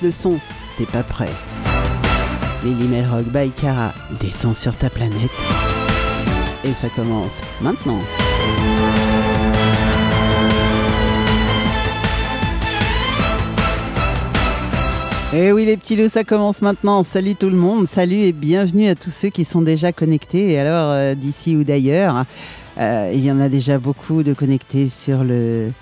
le son, t'es pas prêt. Lily Melrock by Cara descend sur ta planète. Et ça commence maintenant. Et oui les petits loups, ça commence maintenant. Salut tout le monde, salut et bienvenue à tous ceux qui sont déjà connectés. Et alors d'ici ou d'ailleurs, il y en a déjà beaucoup de connectés sur le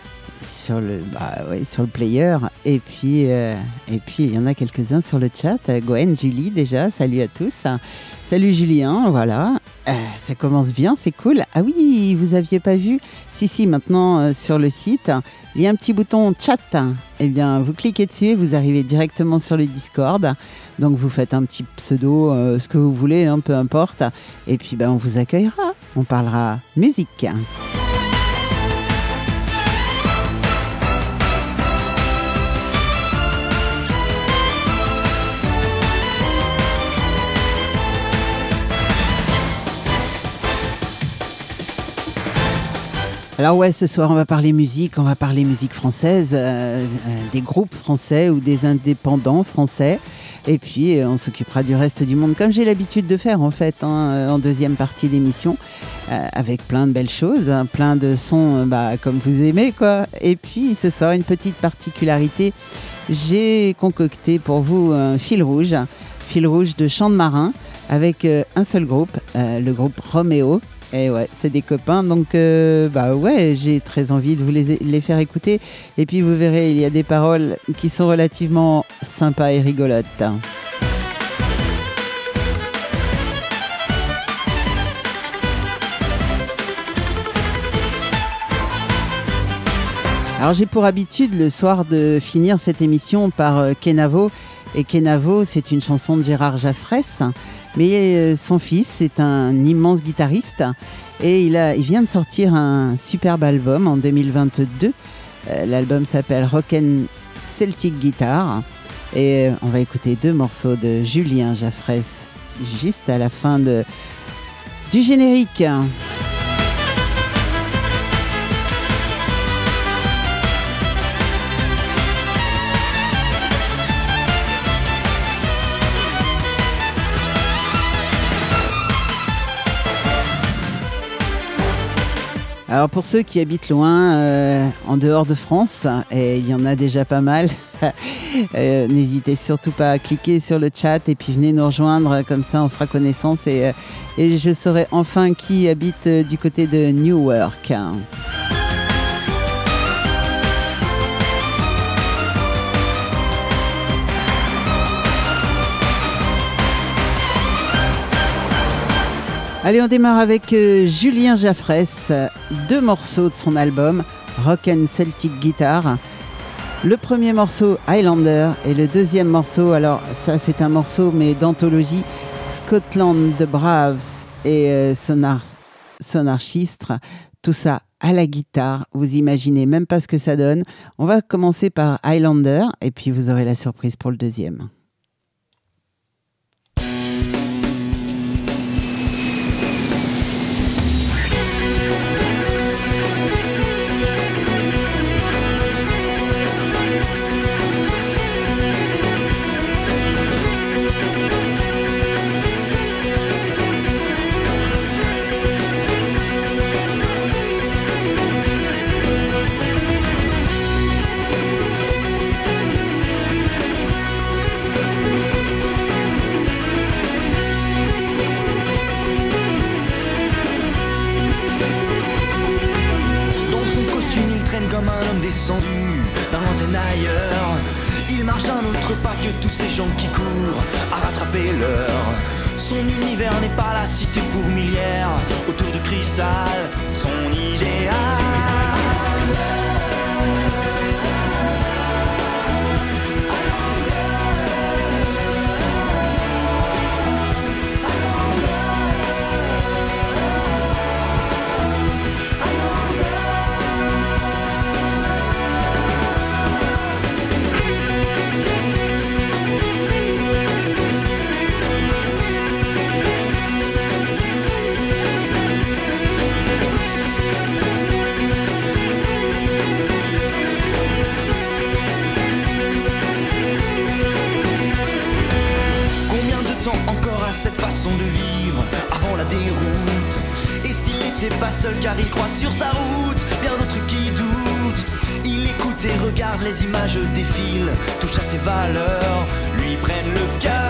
player. Et puis il y en a quelques-uns sur le chat. Gwen, Julie déjà, salut à tous. Salut Julien, voilà. Ça commence bien, c'est cool. Ah oui, vous aviez pas vu ? Si, maintenant sur le site, il y a un petit bouton chat. Eh bien, vous cliquez dessus et vous arrivez directement sur le Discord. Donc, vous faites un petit pseudo, ce que vous voulez, hein, peu importe. Et puis, on vous accueillera. On parlera musique. Alors ouais, ce soir on va parler musique française, des groupes français ou des indépendants français. Et puis on s'occupera du reste du monde, comme j'ai l'habitude de faire en fait, en deuxième partie d'émission, avec plein de belles choses, hein, plein de sons comme vous aimez quoi. Et puis ce soir une petite particularité, j'ai concocté pour vous un fil rouge de chants de marins avec un seul groupe, le groupe Roméo. Et ouais, c'est des copains, donc j'ai très envie de vous les faire écouter. Et puis vous verrez, il y a des paroles qui sont relativement sympas et rigolotes. Alors j'ai pour habitude le soir de finir cette émission par Kenavo. Et Kenavo, c'est une chanson de Gérard Jaffrès. Mais son fils, c'est un immense guitariste et il vient de sortir un superbe album en 2022. L'album s'appelle Rock and Celtic Guitar et on va écouter 2 morceaux de Julien Jaffrès juste à la fin du générique. Alors pour ceux qui habitent loin, en dehors de France, et il y en a déjà pas mal, n'hésitez surtout pas à cliquer sur le chat et puis venez nous rejoindre, comme ça on fera connaissance et je saurai enfin qui habite du côté de Newark. Allez, on démarre avec Julien Jaffrès, 2 morceaux de son album Rock and Celtic Guitar. Le premier morceau, Highlander, et le deuxième morceau, alors ça c'est un morceau mais d'anthologie, Scotland the Braves et Sonarchistre, tout ça à la guitare, vous imaginez même pas ce que ça donne. On va commencer par Highlander et puis vous aurez la surprise pour le deuxième. Comme un homme descendu d'un lointain ailleurs, il marche d'un autre pas que tous ces gens qui courent à rattraper l'heure. Son univers n'est pas la cité fourmilière autour de cristal, son idéal. déroute. Et s'il n'était pas seul car il croit sur sa route, bien d'autres qui doutent. Il écoute et regarde les images défilent, touche à ses valeurs, lui prennent le cœur.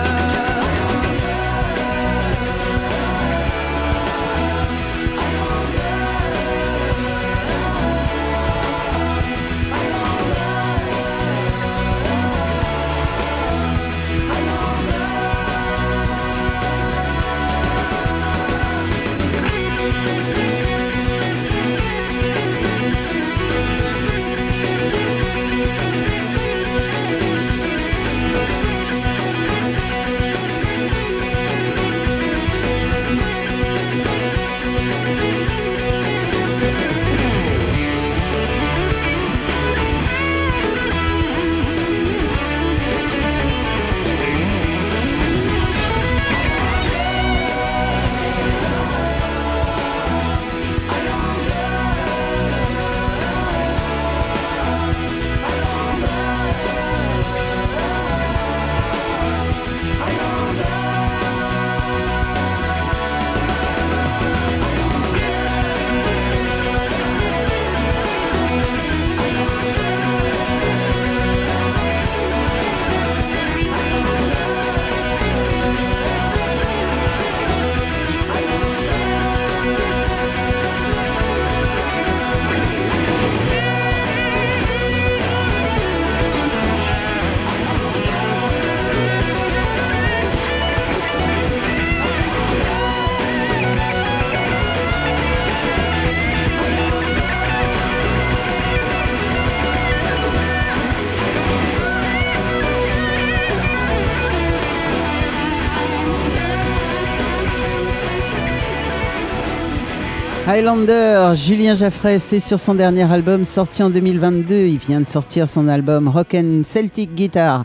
Highlander, Julien Jaffray, c'est sur son dernier album sorti en 2022. Il vient de sortir son album Rock and Celtic Guitar.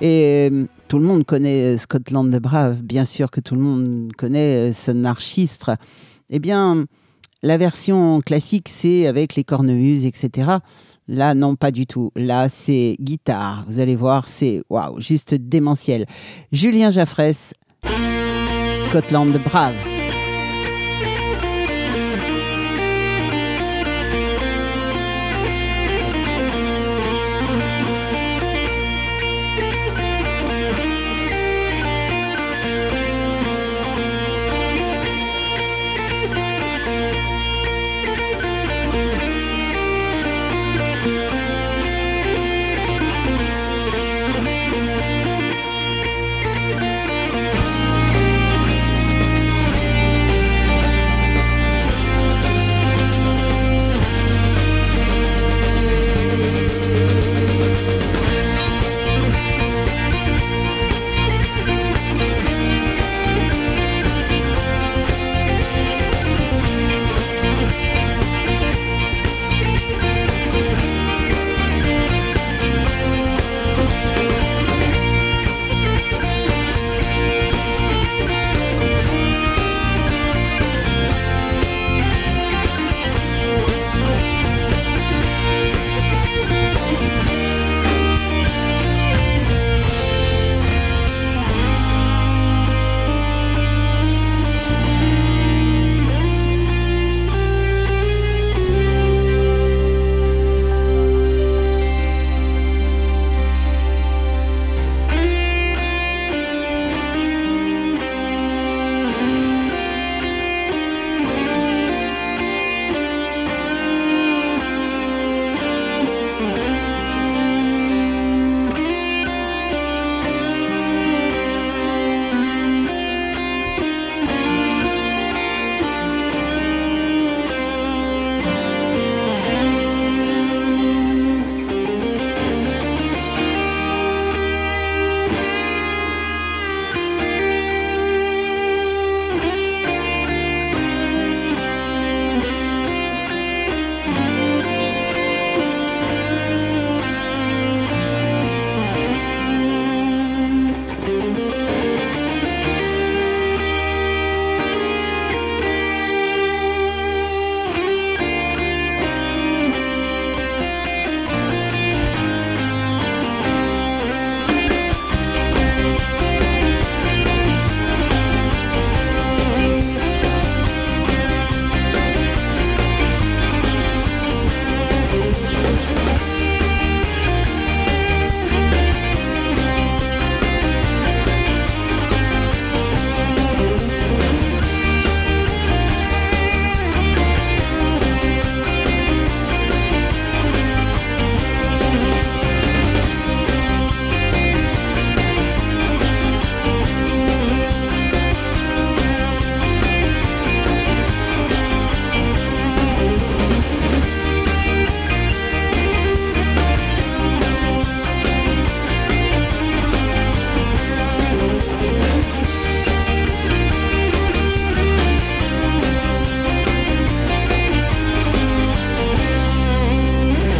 Et tout le monde connaît Scotland the Brave, bien sûr que tout le monde connaît son archistre. Eh bien, la version classique, c'est avec les cornemuses, etc. Là, non, pas du tout. Là, c'est guitare. Vous allez voir, c'est waouh, juste démentiel. Julien Jaffray, Scotland the Brave.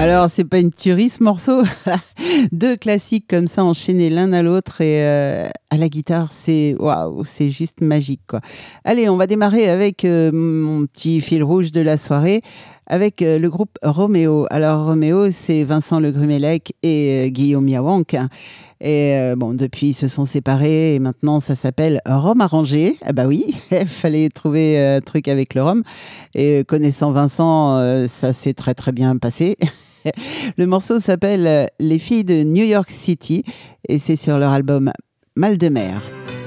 Alors, c'est pas une tuerie ce morceau. Deux classiques comme ça enchaînés l'un à l'autre et à la guitare, c'est waouh, c'est juste magique quoi. Allez, on va démarrer avec mon petit fil rouge de la soirée avec le groupe Roméo. Alors Roméo, c'est Vincent Le Grumelec et Guillaume Yawank. Et bon, depuis ils se sont séparés et maintenant ça s'appelle Rome arrangé. Ah bah oui, il fallait trouver un truc avec le rhum. Et connaissant Vincent, ça s'est très très bien passé. Le morceau s'appelle Les filles de New York City et c'est sur leur album Mal de mer.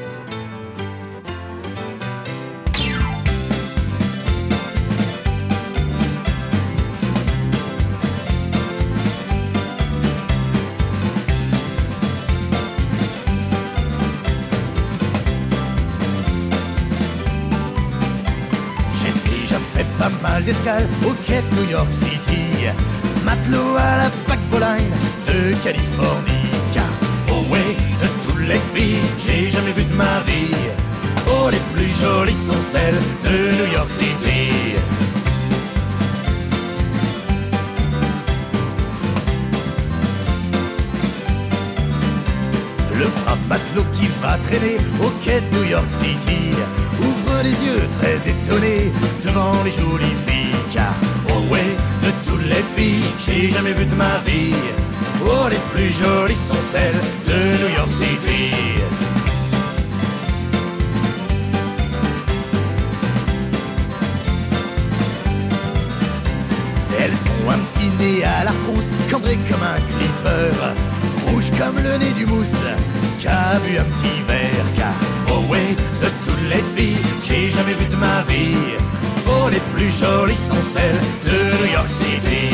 J'ai déjà fait pas mal d'escales au quai de New York City, matelot à la paquebot line de Californie. Car, oh ouais, de toutes les filles j'ai jamais vu de ma vie, oh les plus jolies sont celles de New York City. Le brave matelot qui va traîner au quai de New York City ouvre les yeux très étonné devant les jolies filles. Car, oh ouais, de toutes les filles que j'ai jamais vues de ma vie, oh les plus jolies sont celles de New York City. Elles ont un petit nez à la frousse, cambré comme un clipper, rouge comme le nez du mousse, qui a bu un petit verre. Car, oh ouais, de toutes les filles que j'ai jamais vues de ma vie, oh les plus jolies sont celles de New York City.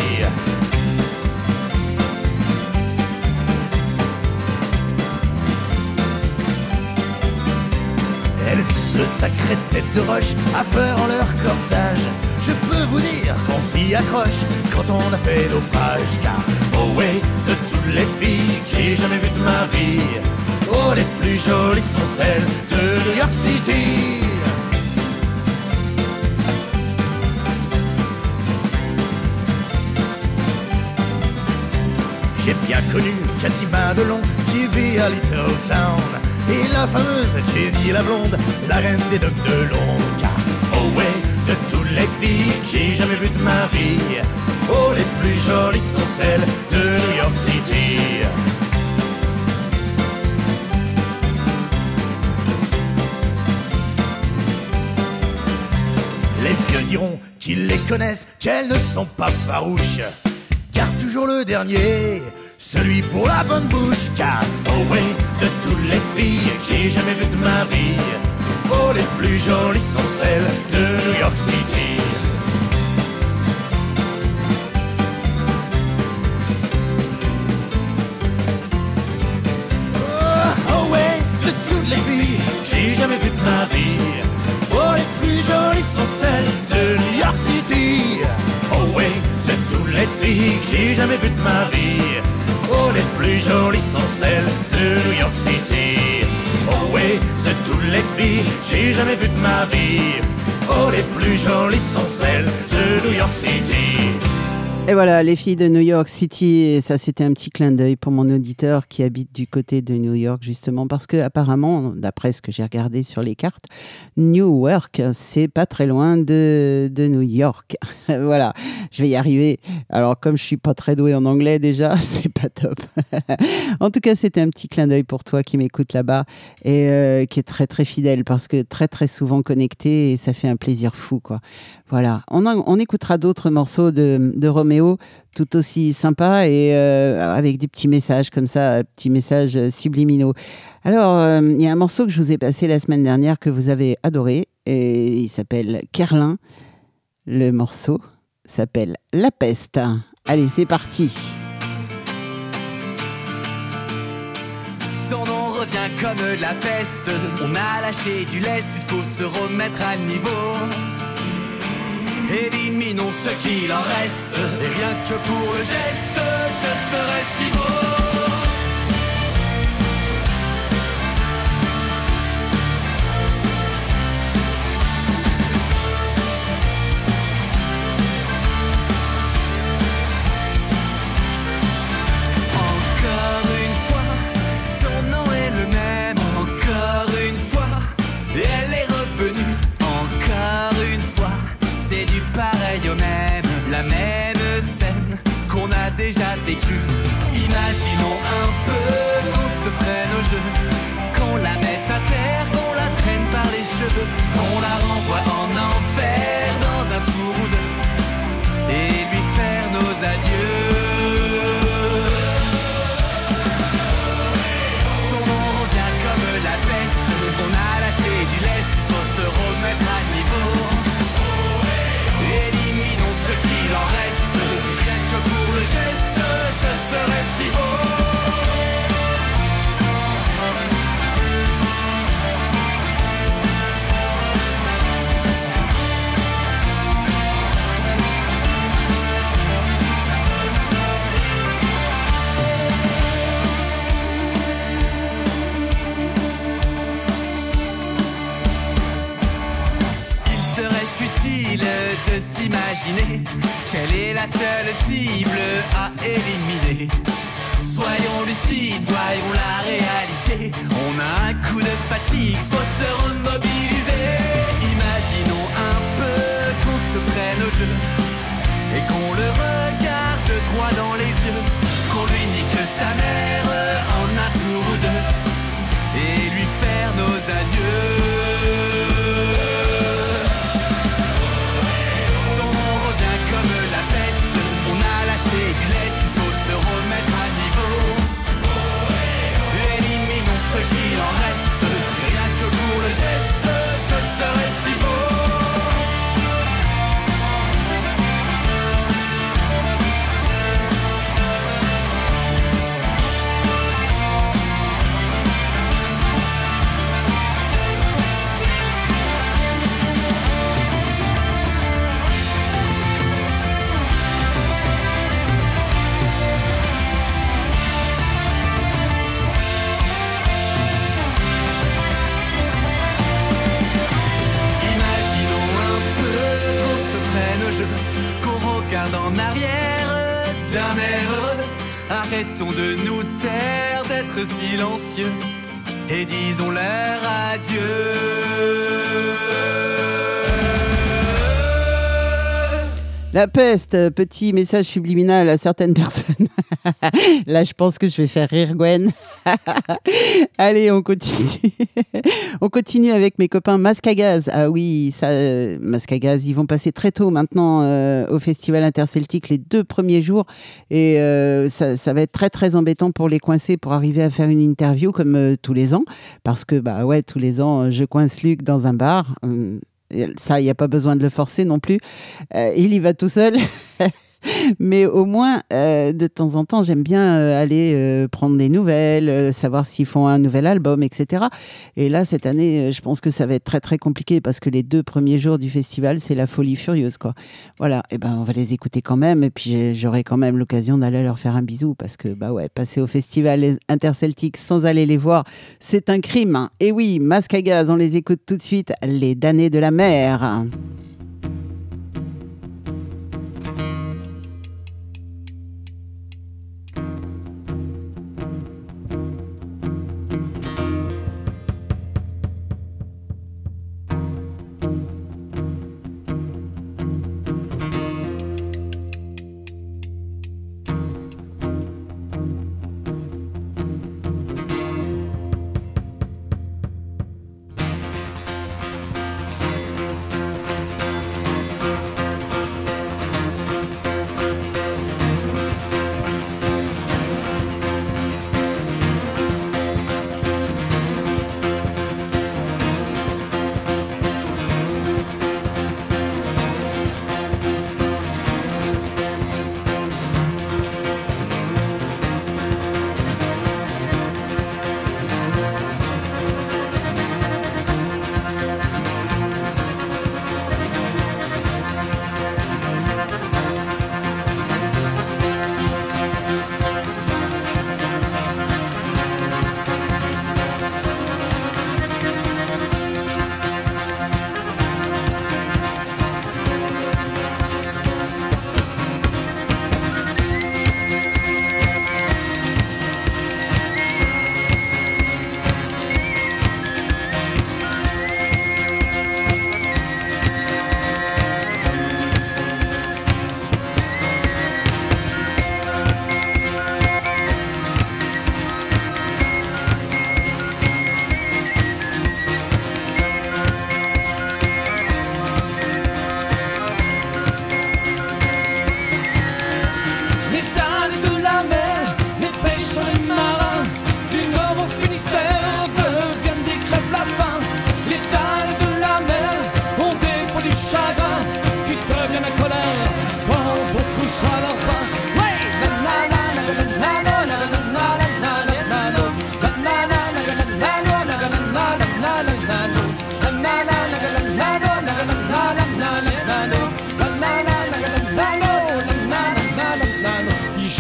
Elles ont de sacrées têtes de roche à fleurs en leur corsage. Je peux vous dire qu'on s'y accroche quand on a fait naufrage. Car, oh ouais, de toutes les filles que j'ai jamais vues de ma vie, oh les plus jolies sont celles de New York City. J'ai bien connu Cathy Madelon qui vit à Little Town, et la fameuse Jenny la blonde, la reine des docks de Londres. Car, oh ouais, de toutes les filles que j'ai jamais vues de ma vie, oh les plus jolies sont celles de New York City. Les vieux diront qu'ils les connaissent, qu'elles ne sont pas farouches. Garde toujours le dernier, celui pour la bonne bouche. Car, oh ouais, de toutes les filles que j'ai jamais vues de ma vie, oh les plus jolies sont celles de New York City. Oh ouais, de toutes les filles que j'ai jamais vues de ma vie, oh les plus jolies sont celles de New York City. Oh ouais, de toutes les filles que j'ai jamais vues de ma vie, oh les plus jolies sont celles de New York City. Oh ouais, de toutes les filles que j'ai jamais vues de ma vie, oh les plus jolies sont celles de New York City. Et voilà, les filles de New York City, et ça c'était un petit clin d'œil pour mon auditeur qui habite du côté de New York justement, parce que apparemment, d'après ce que j'ai regardé sur les cartes, Newark, c'est pas très loin de New York. Voilà, je vais y arriver. Alors comme je suis pas très doué en anglais déjà, c'est pas top. En tout cas, c'était un petit clin d'œil pour toi qui m'écoute là-bas et qui est très très fidèle parce que très très souvent connecté et ça fait un plaisir fou quoi. Voilà, on écoutera d'autres morceaux de Roméo tout aussi sympas et avec des petits messages comme ça, petits messages subliminaux. Alors, il y a un morceau que je vous ai passé la semaine dernière que vous avez adoré et il s'appelle Kerlin. Le morceau s'appelle La Peste. Allez, c'est parti. Son nom revient comme la peste. On a lâché du lest, il faut se remettre à niveau. Éliminons ce qu'il en reste, et rien que pour le geste, ce serait si beau. Imaginons un peu qu'on se prenne au jeu, qu'on la mette à terre, qu'on la traîne par les cheveux, qu'on la renvoie en enfer dans un tour ou deux, et lui faire nos adieux. Son nom revient comme la peste, on a lâché du lest, il faut se remettre à niveau. Éliminons ce qu'il en reste, rien que pour le geste, ce serait si beau. De s'imaginer quelle est la seule cible à éliminer. Soyons lucides, voyons la réalité. On a un coup de fatigue, faut se remobiliser. Imaginons un peu qu'on se prenne au jeu et qu'on le regarde droit dans les yeux, qu'on lui nique sa mère en un tour ou deux et lui faire nos adieux. Du lest, il faut se remettre à niveau. Éliminons ce qu'il en reste, rien que pour le geste, ce serait si beau. Qu'on regarde en arrière d'un air heureux. Arrêtons de nous taire, d'être silencieux et disons-leur adieu. La peste, petit message subliminal à certaines personnes. Là, je pense que je vais faire rire Gwen. Allez, on continue. On continue avec mes copains Masque à Gaz. Ah oui, ça, Masque à Gaz, ils vont passer très tôt maintenant au Festival Interceltique les 2 premiers jours. Et ça va être très, très embêtant pour les coincer pour arriver à faire une interview comme tous les ans. Parce que, bah ouais, tous les ans, je coince Luc dans un bar. Ça, il n'y a pas besoin de le forcer non plus. Il y va tout seul. Mais au moins, de temps en temps, j'aime bien aller prendre des nouvelles, savoir s'ils font un nouvel album, etc. Et là, cette année, je pense que ça va être très, très compliqué parce que les 2 premiers jours du festival, c'est la folie furieuse, quoi. Voilà, et ben, on va les écouter quand même. Et puis, j'aurai quand même l'occasion d'aller leur faire un bisou parce que, bah ouais, passer au Festival Interceltique sans aller les voir, c'est un crime, hein. Et oui, Masque à Gaz, on les écoute tout de suite, les damnés de la mer.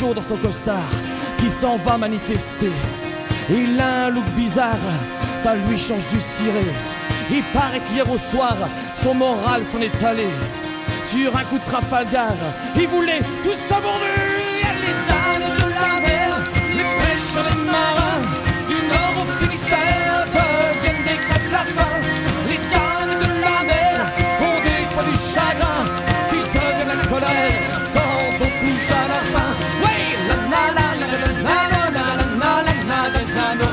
chaud dans son costard, qui s'en va manifester. Il a un look bizarre, ça lui change du ciré. Il paraît qu'hier au soir, son moral s'en est allé. Sur un coup de Trafalgar, il voulait tout s'aborder. Les dames de la mer, les pêcheurs, les marins, du nord au Finistère, deviennent des crêpes la faim. Les dames de la mer ont des fois du chagrin, qui deviennent la colère quand on touche à leur fin. Oui, la la la la la la la la la la la la la la la.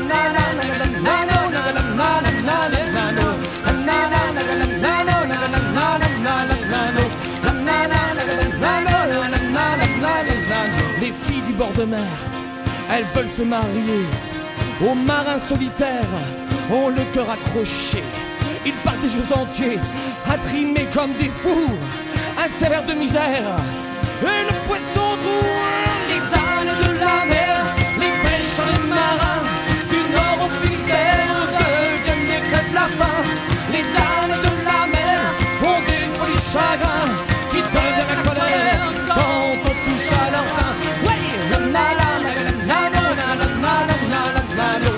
Les filles du bord de mer, elles veulent se marier. Aux marins solitaires, ont le cœur accroché. Ils partent des jours entiers, à trimer comme des fous. Un salaire de misère, et le poisson doux. Les dames de la mer, les pêcheurs, les marins, du nord au Finistère, deviennent des crêpes la faim. Les dames de la mer ont des folies chagrins, qui deviennent la colère quand on touche à leur fin. Oui, la la la la la la la la la la la la la la.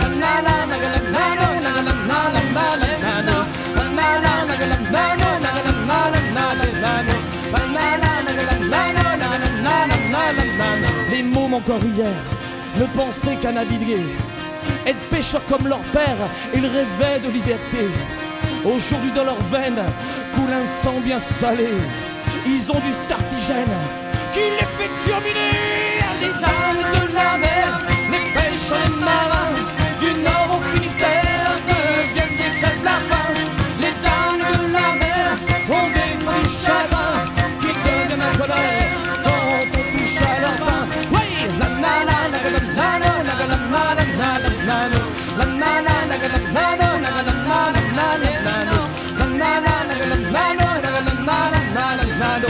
Les mômes encore hier ne pensaient qu'à naviguer, être pêcheurs comme leur père, ils rêvaient de liberté. Aujourd'hui dans leurs veines coule un sang bien salé. Ils ont du startigène qui les fait terminer. Les dames de la mer, les pêcheurs, les marins, du nord au Finistère, deviennent des crêpes la faim. Les dames de la mer ont des folies chagrins, qui deviennent la colère quand on touche à leur fin. Oui, la la la la la la la la la la la la la la la. La la la la la la la la la la la la la la la. La la la la la la la la la la la la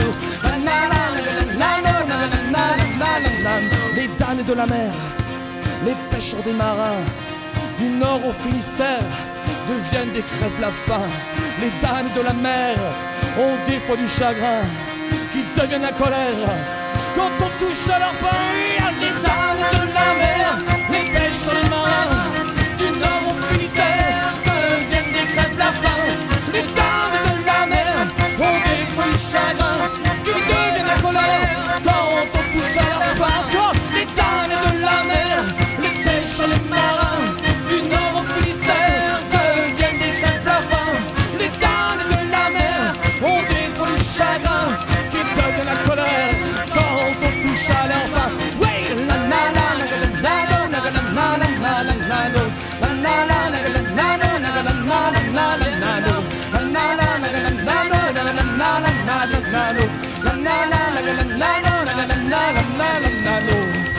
la. Les dames de la mer, les pêcheurs des marins, du nord au Finistère, deviennent des crêpes la faim. Les dames de la mer ont des fois du chagrin, qui deviennent la colère quand on touche à leur pain. Les dames de la mer, les pêcheurs, les marins, du nord au Finistère, deviennent des crêpes la faim. Les dames de la mer ont des fois du chagrin, qui deviennent la colère quand on touche à leur pain. Les dames de la mer, les pêcheurs, les marins, du nord au Finistère, deviennent des crêpes la faim. Les dames de la mer ont des fois du chagrin, qui deviennent la colère quand on touche à leur pain. Oui, la la la la la la la la la la la la la. La la la la la la la la la la la la la. La la la la la la la la la la la la la. La la la la la la la la la la la la.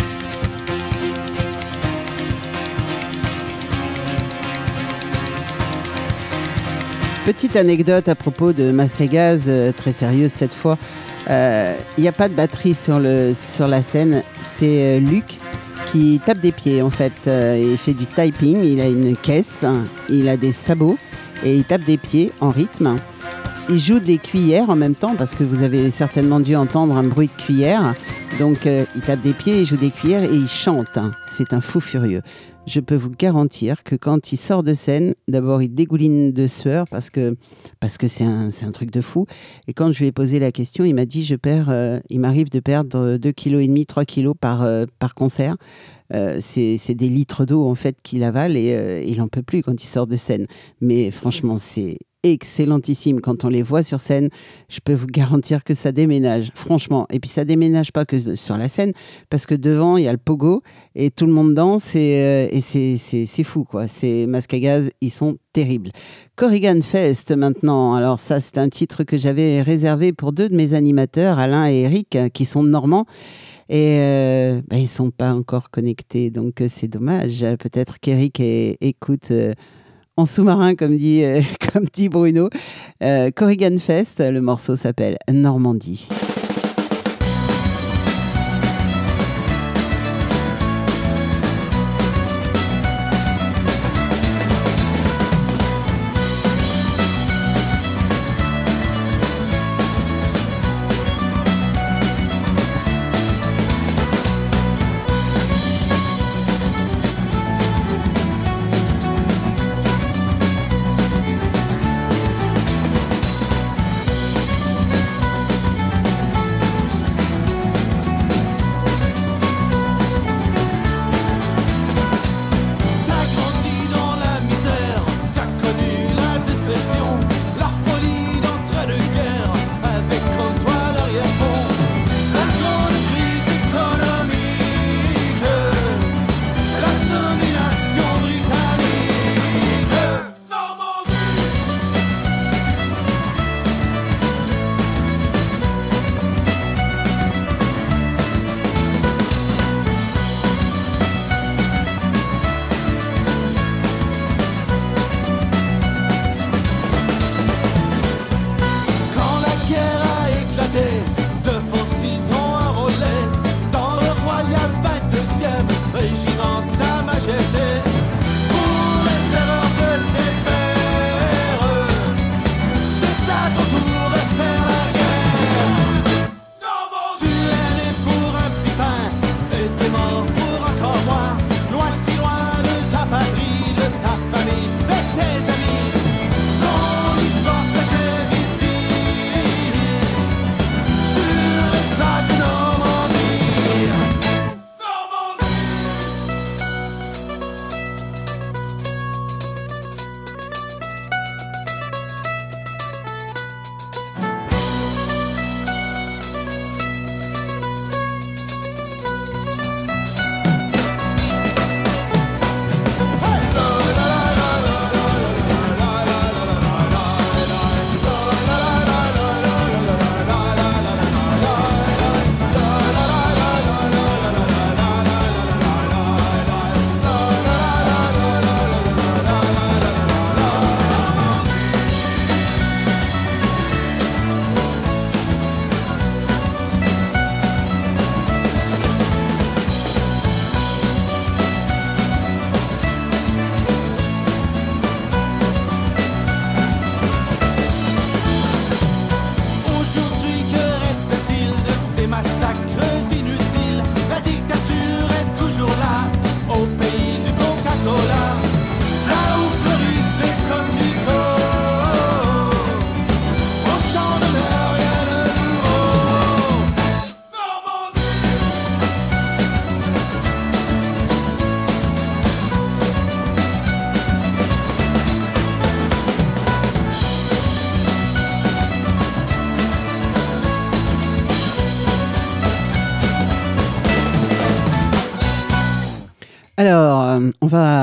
Petite anecdote à propos de Masque à gaz, très sérieuse cette fois. Il n'y a pas de batterie sur la scène. C'est Luc qui tape des pieds en fait. Il fait du typing, il a une caisse, il a des sabots et il tape des pieds en rythme. Il joue des cuillères en même temps parce que vous avez certainement dû entendre un bruit de cuillère. Donc il tape des pieds, il joue des cuillères et il chante. C'est un fou furieux. Je peux vous garantir que quand il sort de scène, d'abord il dégouline de sueur parce que c'est un truc de fou. Et quand je lui ai posé la question, il m'a dit il m'arrive de perdre 2,5 kg, 3 kg par concert. C'est des litres d'eau en fait qu'il avale et il en peut plus quand il sort de scène. Mais franchement, c'est excellentissime quand on les voit sur scène. Je peux vous garantir que ça déménage, franchement. Et puis ça déménage pas que sur la scène, parce que devant il y a le pogo et tout le monde danse et c'est fou quoi. C'est Masque à gaz, ils sont terribles. Corrigan Fest maintenant. Alors ça, c'est un titre que j'avais réservé pour 2 de mes animateurs, Alain et Eric, qui sont normands. Et ils sont pas encore connectés, donc c'est dommage. Peut-être qu'Eric écoute en sous-marin, comme dit Bruno. Corrigan Fest, le morceau s'appelle Normandie.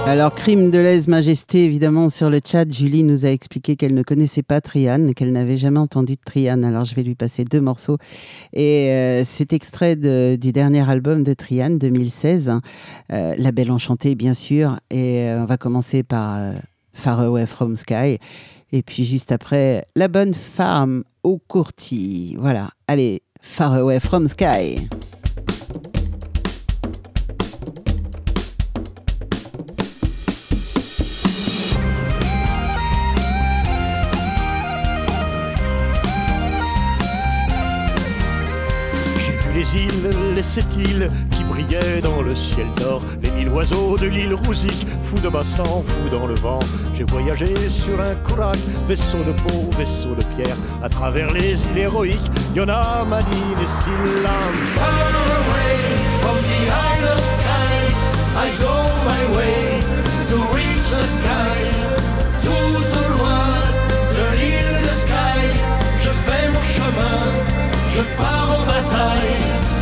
Alors, crime de lèse-majesté, évidemment, sur le chat, Julie nous a expliqué qu'elle ne connaissait pas Trian, qu'elle n'avait jamais entendu de Trian. Alors, je vais lui passer 2 morceaux. Et c'est extrait du dernier album de Trian, 2016, La Belle Enchantée, bien sûr. Et on va commencer par Far Away From Sky. Et puis, juste après, La Bonne Femme au Courtis. Voilà, allez, Far Away From Sky. Les îles, les 7 îles qui brillaient dans le ciel d'or, les 1000 oiseaux de l'île Rouzic, fous de bassin, fous dans le vent. J'ai voyagé sur un courac, vaisseau de peau, vaisseau de pierre, à travers les îles héroïques, Yona, Manille et Silla. Far away from the isle of sky, I go my way to reach the sky. Tout au loin de l'île de Sky, je fais mon chemin, je pars en bataille.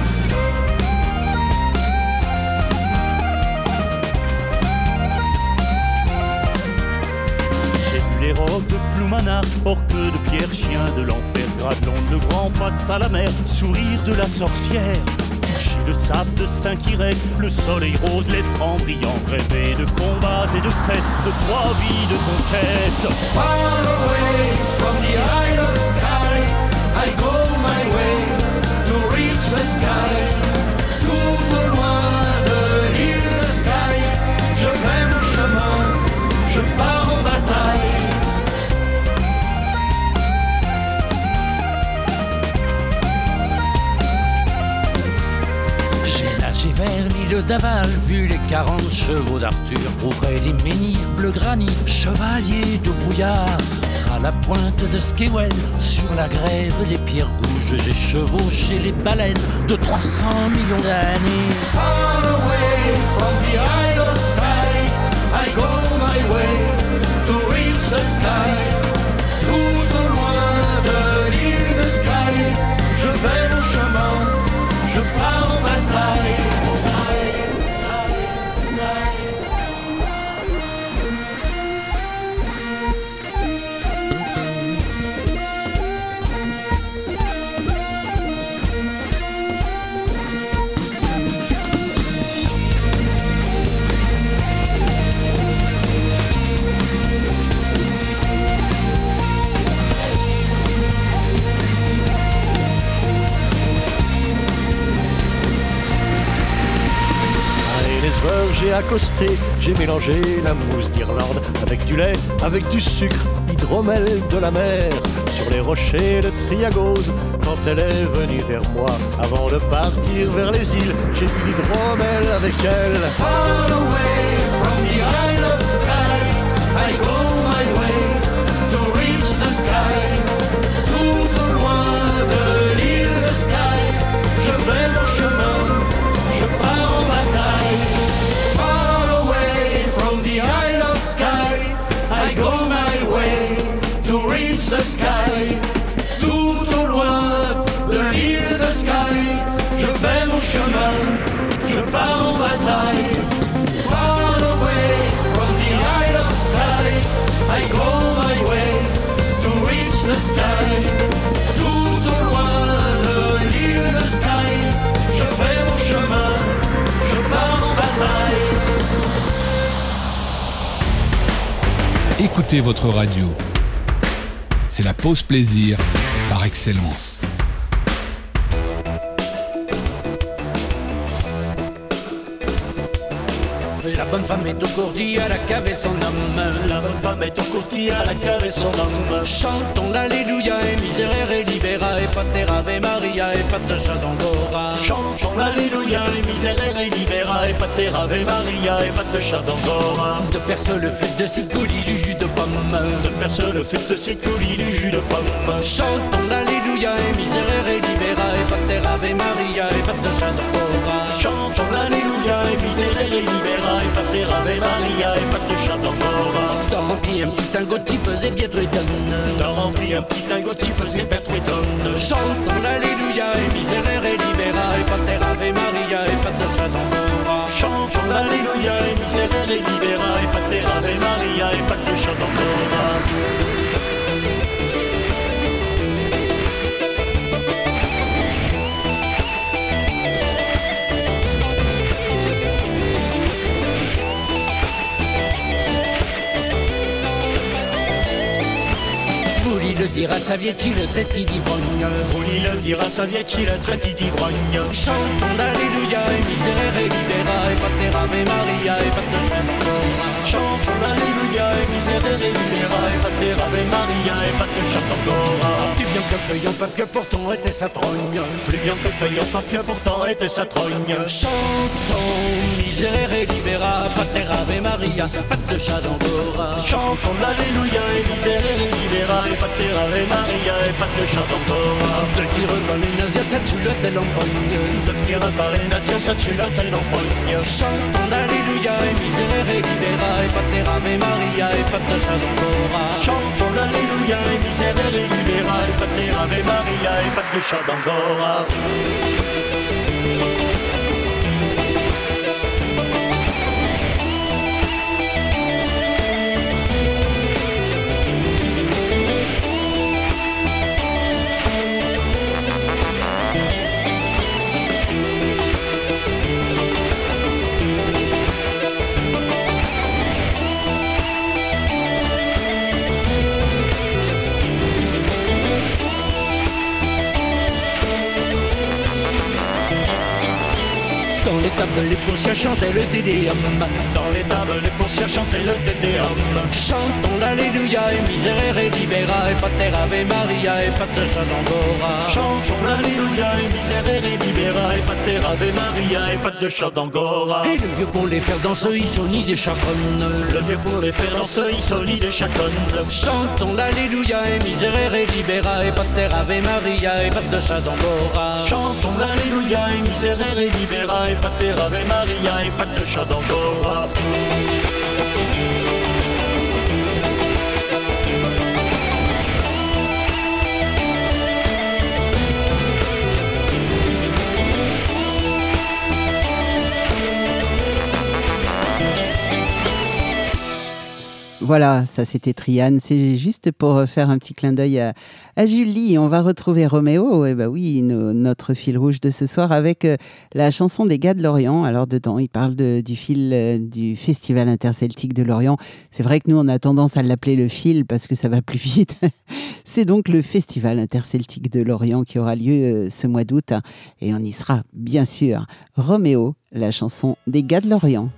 J'ai vu les rocs de Floumana, orques de pierre, chiens de l'enfer, Gradelon le grand face à la mer, sourire de la sorcière. Toucher le sable de Saint-Quirec, le soleil rose, l'estran brillant, rêver de combats et de fêtes, de 3 vies de conquête. Far away from the isle of sky, I go my way to reach the sky. Tout au loin de l'île de Sky, je fais mon chemin, je pars en bataille. J'ai nagé vers l'île d'Aval, vu les 40 chevaux d'Arthur, auprès des menhirs bleu granit, chevaliers de brouillard. À la pointe de Skewell, sur la grève des pierres rouges, j'ai chevauché les baleines de 300 millions d'années. Far away from the isle of sky, I go my way to reach the sky. Tout au loin de l'île de Sky, je vais mon chemin, je pars en bataille. J'ai accosté, j'ai mélangé la mousse d'Irlande avec du lait, avec du sucre, hydromel de la mer. Sur les rochers de Triagose, quand elle est venue vers moi, avant de partir vers les îles, j'ai bu l'hydromel avec elle. Far away from the isle of sky, I go my way to reach the sky. Tout au loin de l'île de Sky, je vais mon chemin, je pars en bataille. Far away from the isle of sky, I go my way to reach the sky. Tout au loin de l'île de Sky, je vais mon chemin, je pars en bataille. Far away from the isle of sky, I go my way to reach the sky. Tout au loin de l'île de Sky, je fais mon chemin, je pars en bataille. Écoutez votre radio. C'est la pause plaisir par excellence. La bonne femme est au courtis, à la cave et son homme. La bonne femme est au courtis, à la cave et son homme. Chantons l'Alléluia et Miserere et Libera et Pater Ave Maria et Pater Chazangora. Chantons l'Alléluia et Miserere et Libera et Pater Ave Maria et Pater Chazangora. De perce le fut de Siculi du jus de pomme. De perce le fut de Siculi du jus de pomme. Chantons l'Alléluia et Miserere et Libera et Pater Ave Maria et Pater Chazangora. Chantons l'Alléluia et Miserere et Libera et Pater Ave Maria et Pater Chazangora. T'en remplis un petit tango type et bien truitonne. T'en remplis un petit tango type et bien truitonne. Chantons l'Alléluia et Miserere et Libera et Pater Ave Maria et Pater Chazangora. Chantons l'Alléluia et Miserere et Libera dira Savietti, le traité d'ivrogne. Folie le dira Savietti, le traité d'ivrogne. Chantons l'Alléluia et Miserere libera et Pater Ave Maria et Pater Chantangora. Chantons l'Alléluia et Miserere libera et Pater Ave Maria et Pater Chantangora. Plus bien que feuille en papier pourtant était sa trogne. Plus bien que feuille en papier pourtant était sa trogne. Chantons Miserere libera Pater Ave Maria Pater Chantangora. Chantons l'Alléluia et Miserere libera et Pater Ave Maria et Pater Chantangora. De tire par les nazis, ça tue le tel empoigne. De tire par les nazis, ça tue le tel empoigne. Chantons l'Alléluia et Miserere libera et Pater Ave Maria et Pater Chantangora. Chantons l'Alléluia et Miserere libera et Pater Ave Maria et Pater Chantangora. Dans les tables, les pourciers chantaient le Tédéum. Dans les tables, les pourciers chantaient le Tédéum. Chantons l'Alléluia et Miserere libera et Pater Ave Maria et Pater Chantangora. Chantons l'Alléluia et Miserere libera et Pater Ave Maria et Pater Chantangora. Et le vieux pour les faire danser, ils sont ni des chaconnes. Le vieux pour les faire danser, ils sont ni des chaconnes. Chantons l'Alléluia et Miserere libera et Pater Ave Maria et Pater Chantangora. Chantons l'Alléluia et Miserere libera et Pater Ave Maria et Pater Chantangora. Voilà, ça c'était Triane. C'est juste pour faire un petit clin d'œil à Julie. On va retrouver Roméo, et bah oui, notre fil rouge de ce soir avec la chanson des gars de Lorient. Alors dedans, il parle du fil du Festival interceltique de Lorient. C'est vrai que nous, on a tendance à l'appeler le fil parce que ça va plus vite. C'est donc le Festival interceltique de Lorient qui aura lieu ce mois d'août. Et on y sera, bien sûr. Roméo, la chanson des gars de Lorient.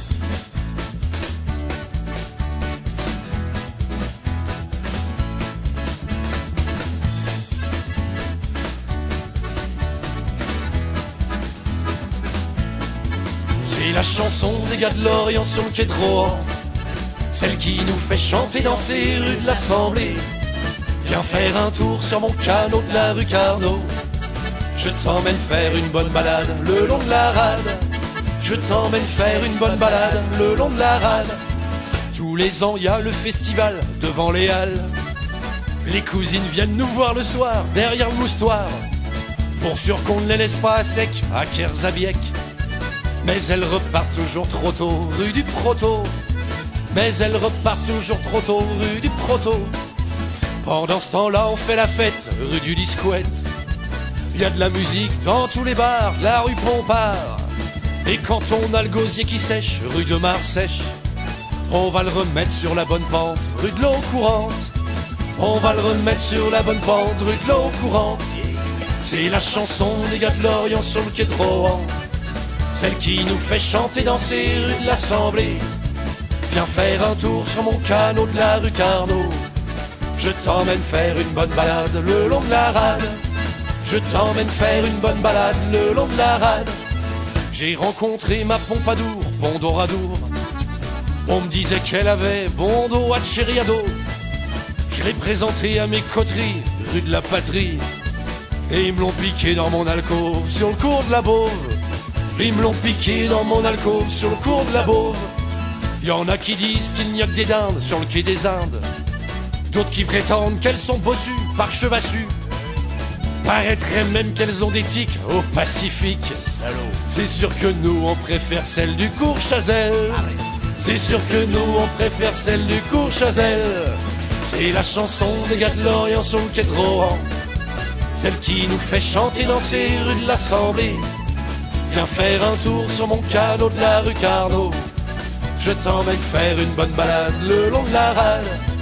C'est la chanson des gars de Lorient sur le quai de Rohan, celle qui nous fait chanter dans ces rues de l'Assemblée. Viens faire un tour sur mon canot de la rue Carnot. Je t'emmène faire une bonne balade le long de la rade. Je t'emmène faire une bonne balade le long de la rade. Tous les ans y a le festival devant les halles. Les cousines viennent nous voir le soir derrière le moustoir, pour sûr qu'on ne les laisse pas à sec à Kerzabiek. Mais elles repartent toujours trop tôt rue du Proto. Mais elles repartent toujours trop tôt rue du Proto. Pendant ce temps-là on fait la fête rue du Discouette. Y a de la musique dans tous les bars de la rue Pompard. Et quand on a le gosier qui sèche rue de Marsèche, on va le remettre sur la bonne pente rue de l'eau courante. On va le remettre sur la bonne pente rue de l'eau courante. C'est la chanson des gars de Lorient sur le quai de Rohan, celle qui nous fait chanter dans ces rues de l'Assemblée. Viens faire un tour sur mon canot de la rue Carnot. Je t'emmène faire une bonne balade le long de la rade. Je t'emmène faire une bonne balade le long de la rade. J'ai rencontré ma Pompadour, Pondoradour. On me disait qu'elle avait bon dos à Chériado. Je l'ai présentée à mes coteries, rue de la Patrie. Et ils me l'ont piqué dans mon alcôve sur le cours de la Beauve. Ils me l'ont piqué dans mon alcôve sur le cours de la Beauve. Y en a qui disent qu'il n'y a que des dindes sur le quai des Indes. D'autres qui prétendent qu'elles sont bossues par Chevassus. Paraîtrait même qu'elles ont des tics au Pacifique. C'est sûr que nous on préfère celle du cours Chazelle. C'est sûr que nous on préfère celle du cours Chazelle. C'est la chanson des gars de Lorient sur le quai de Rohan, celle qui nous fait chanter dans ces rues de l'Assemblée. Viens faire un tour sur mon canot de la rue Carnot. Je t'emmène faire une bonne balade le long de la rade.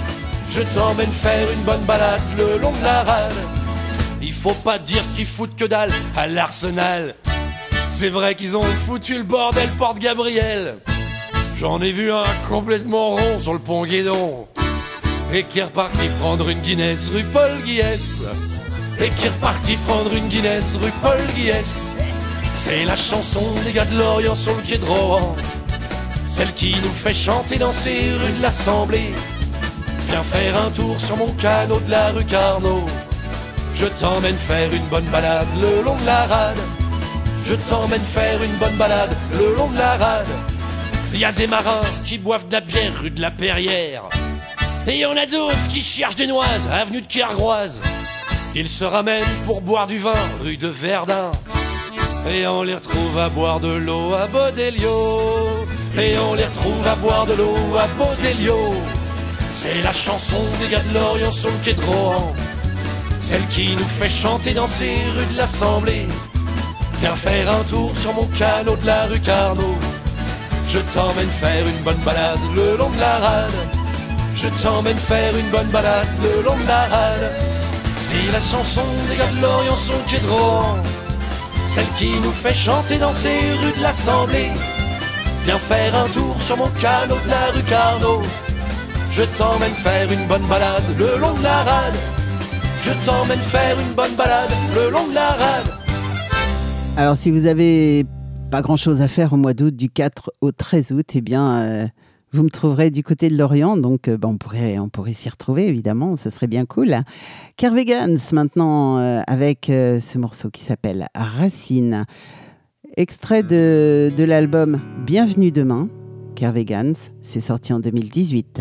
je t'emmène faire une bonne balade le long de la rade. Il faut pas dire qu'ils foutent que dalle à l'Arsenal. C'est vrai qu'ils ont foutu le bordel porte Gabriel. J'en ai vu un complètement rond sur le pont Guédon, et qui est reparti prendre une Guinness rue Paul Guiès. Et qui est reparti prendre une Guinness rue Paul Guiès. C'est la chanson des gars de Lorient sur le quai de Rohan, celle qui nous fait chanter dans ces rues de l'Assemblée. Viens faire un tour sur mon canot de la rue Carnot, je t'emmène faire une bonne balade le long de la rade. Je t'emmène faire une bonne balade le long de la rade. Y a des marins qui boivent de la bière rue de la Perrière, et y en a d'autres qui cherchent des noises avenue de Kergoise. Ils se ramènent pour boire du vin rue de Verdun, et on les retrouve à boire de l'eau à Bodelio. Et on les retrouve à boire de l'eau à Bodelio. C'est la chanson des gars de Lorient sur le quai de Rohan, celle qui nous fait chanter dans ces rues de l'Assemblée. Viens faire un tour sur mon canot de la rue Carnot, je t'emmène faire une bonne balade le long de la rade. Je t'emmène faire une bonne balade le long de la rade. C'est la chanson des gars de Lorient sur le quai de Rohan, celle qui nous fait chanter dans ces rues de l'Assemblée. Viens faire un tour sur mon canot de la rue Carnot, je t'emmène faire une bonne balade le long de la rade. Je t'emmène faire une bonne balade le long de la rade. Alors si vous avez pas grand chose à faire au mois d'août, du 4 au 13 août, eh bien vous me trouverez du côté de Lorient, donc on pourrait s'y retrouver évidemment, ce serait bien cool. Kervegans maintenant avec ce morceau qui s'appelle Racine, extrait de l'album Bienvenue demain. Kervegans, c'est sorti en 2018.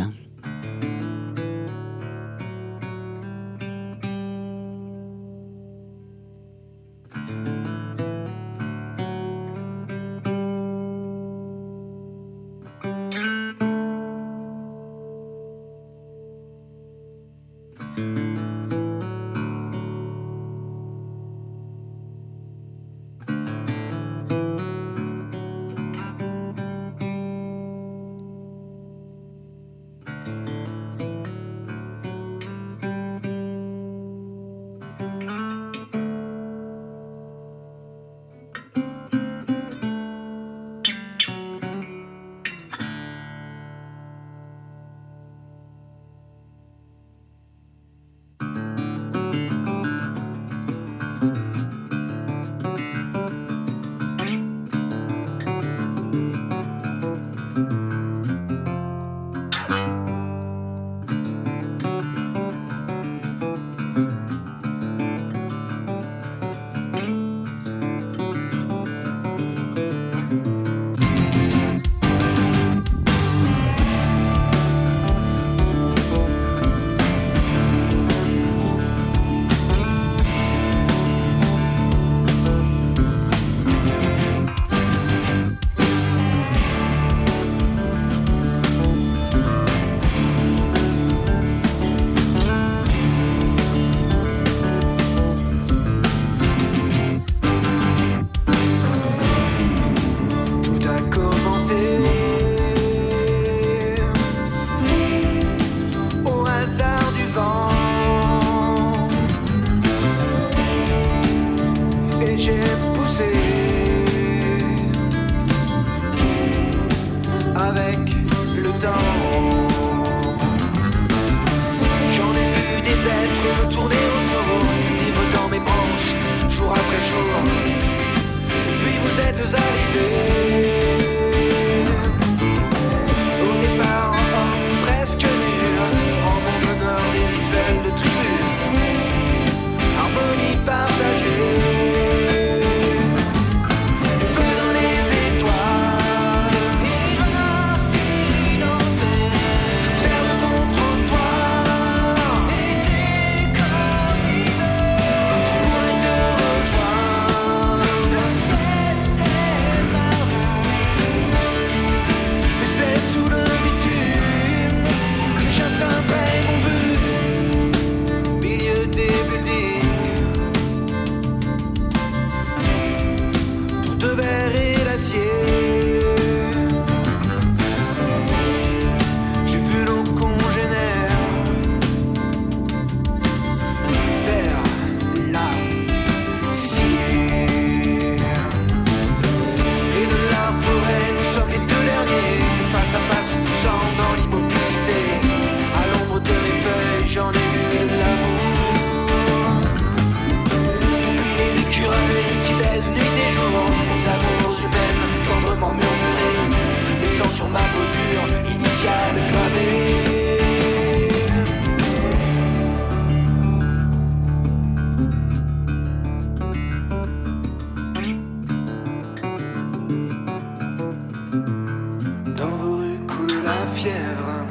fièvre.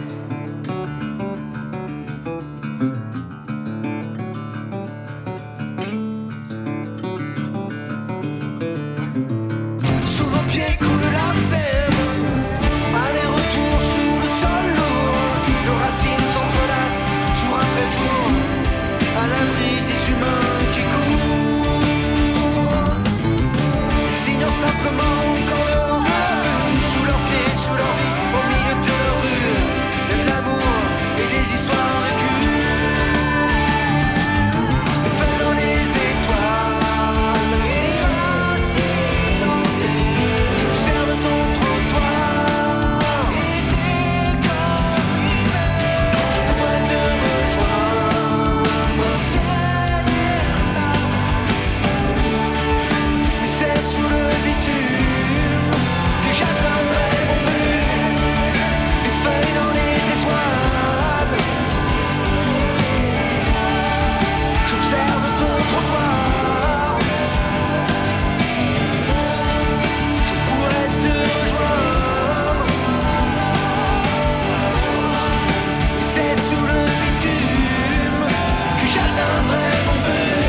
Sous vos pieds coule la sève, aller-retour sous le sol lourd. Nos racines s'entrelacent jour après jour, à l'abri des humains qui courent. Ils ignorent simplement qu'en dehors de la rue, sous leurs pieds, sous leur vie, au milieu de leur rue, de l'amour et des histoires vécues. Les feux dans les étoiles, les racines dans tes. J'observe ton trottoir et tes corps humains. Je pourrais te rejoindre au ciel. Mais c'est sous le bitume que j'atteindrai mon but. Les feuilles dans les étoiles. J'observe ton trottoir. Je pourrais te rejoindre. Et c'est sous le bitume que j'atteindrai mon but.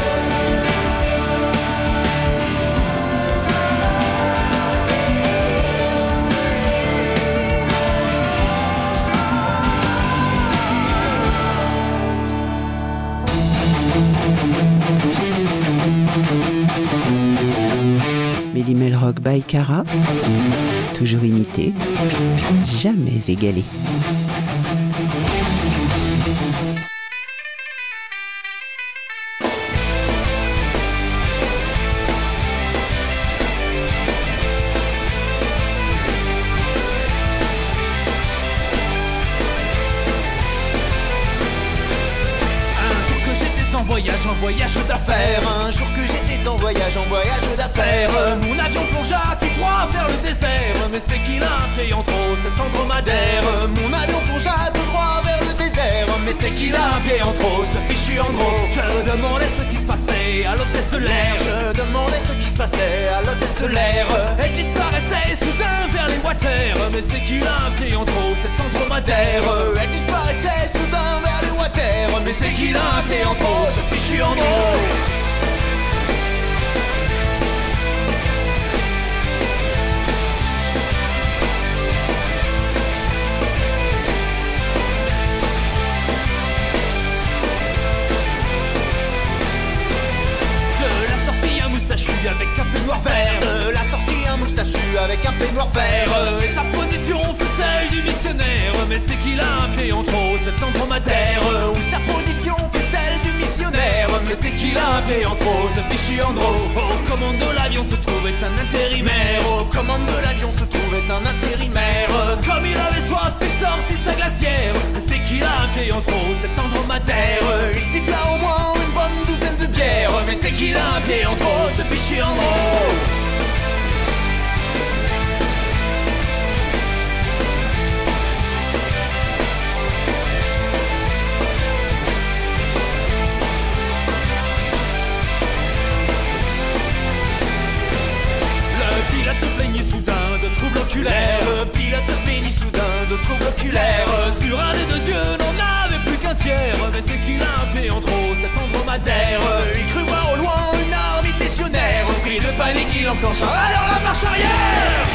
Méli-Mél Rock by Cara, toujours imité, jamais égalé. En voyage d'affaires. Un jour que j'étais en voyage d'affaires. Mon avion plongea tout droit vers le désert. Mais c'est qu'il a un pied en trop, cet andromadaire. Mon avion plongea tout droit vers le désert. Mais c'est qu'il a un pied en trop, ce fichu en gros. Je demandais ce qui se passait à l'hôtesse de l'air. Je demandais ce qui se passait à l'hôtesse de l'air. Elle disparaissait soudain vers les water. Mais c'est qu'il a un pied en trop, cet andromadaire. Elle disparaissait soudain vers les water. Mais c'est qu'il a un pied en trop, ce fichu en gros. Avec un peignoir vert. De la sortie un moustachu avec un peignoir vert. Et sa position fut celle du missionnaire. Mais c'est qu'il a un pied en trop, cet andromadaire. Où sa position fut celle du missionnaire. Mais c'est qu'il a un pied en trop, ce fichu andro. Aux commandes de l'avion se trouvait un intérimaire. Aux commandes de l'avion se trouvait un intérimaire. Comme il avait soif, il sortit sa glacière. Mais c'est qu'il a un pied en trop, cet andromadaire. Il siffla au moins une bonne douzaine de bières. Mais c'est qu'il a un pied en trop, ce fichu andro. Le pilote se plaignit soudain de troubles oculaires. Le pilote se plaignit soudain de troubles oculaires. Sur un des deux yeux n'en avait plus qu'un tiers. Mais c'est qu'il a un pied en trop, cet andromadaire. Il crut voir au loin une armée de légionnaires. Pris de panique, il enclencha alors la marche arrière.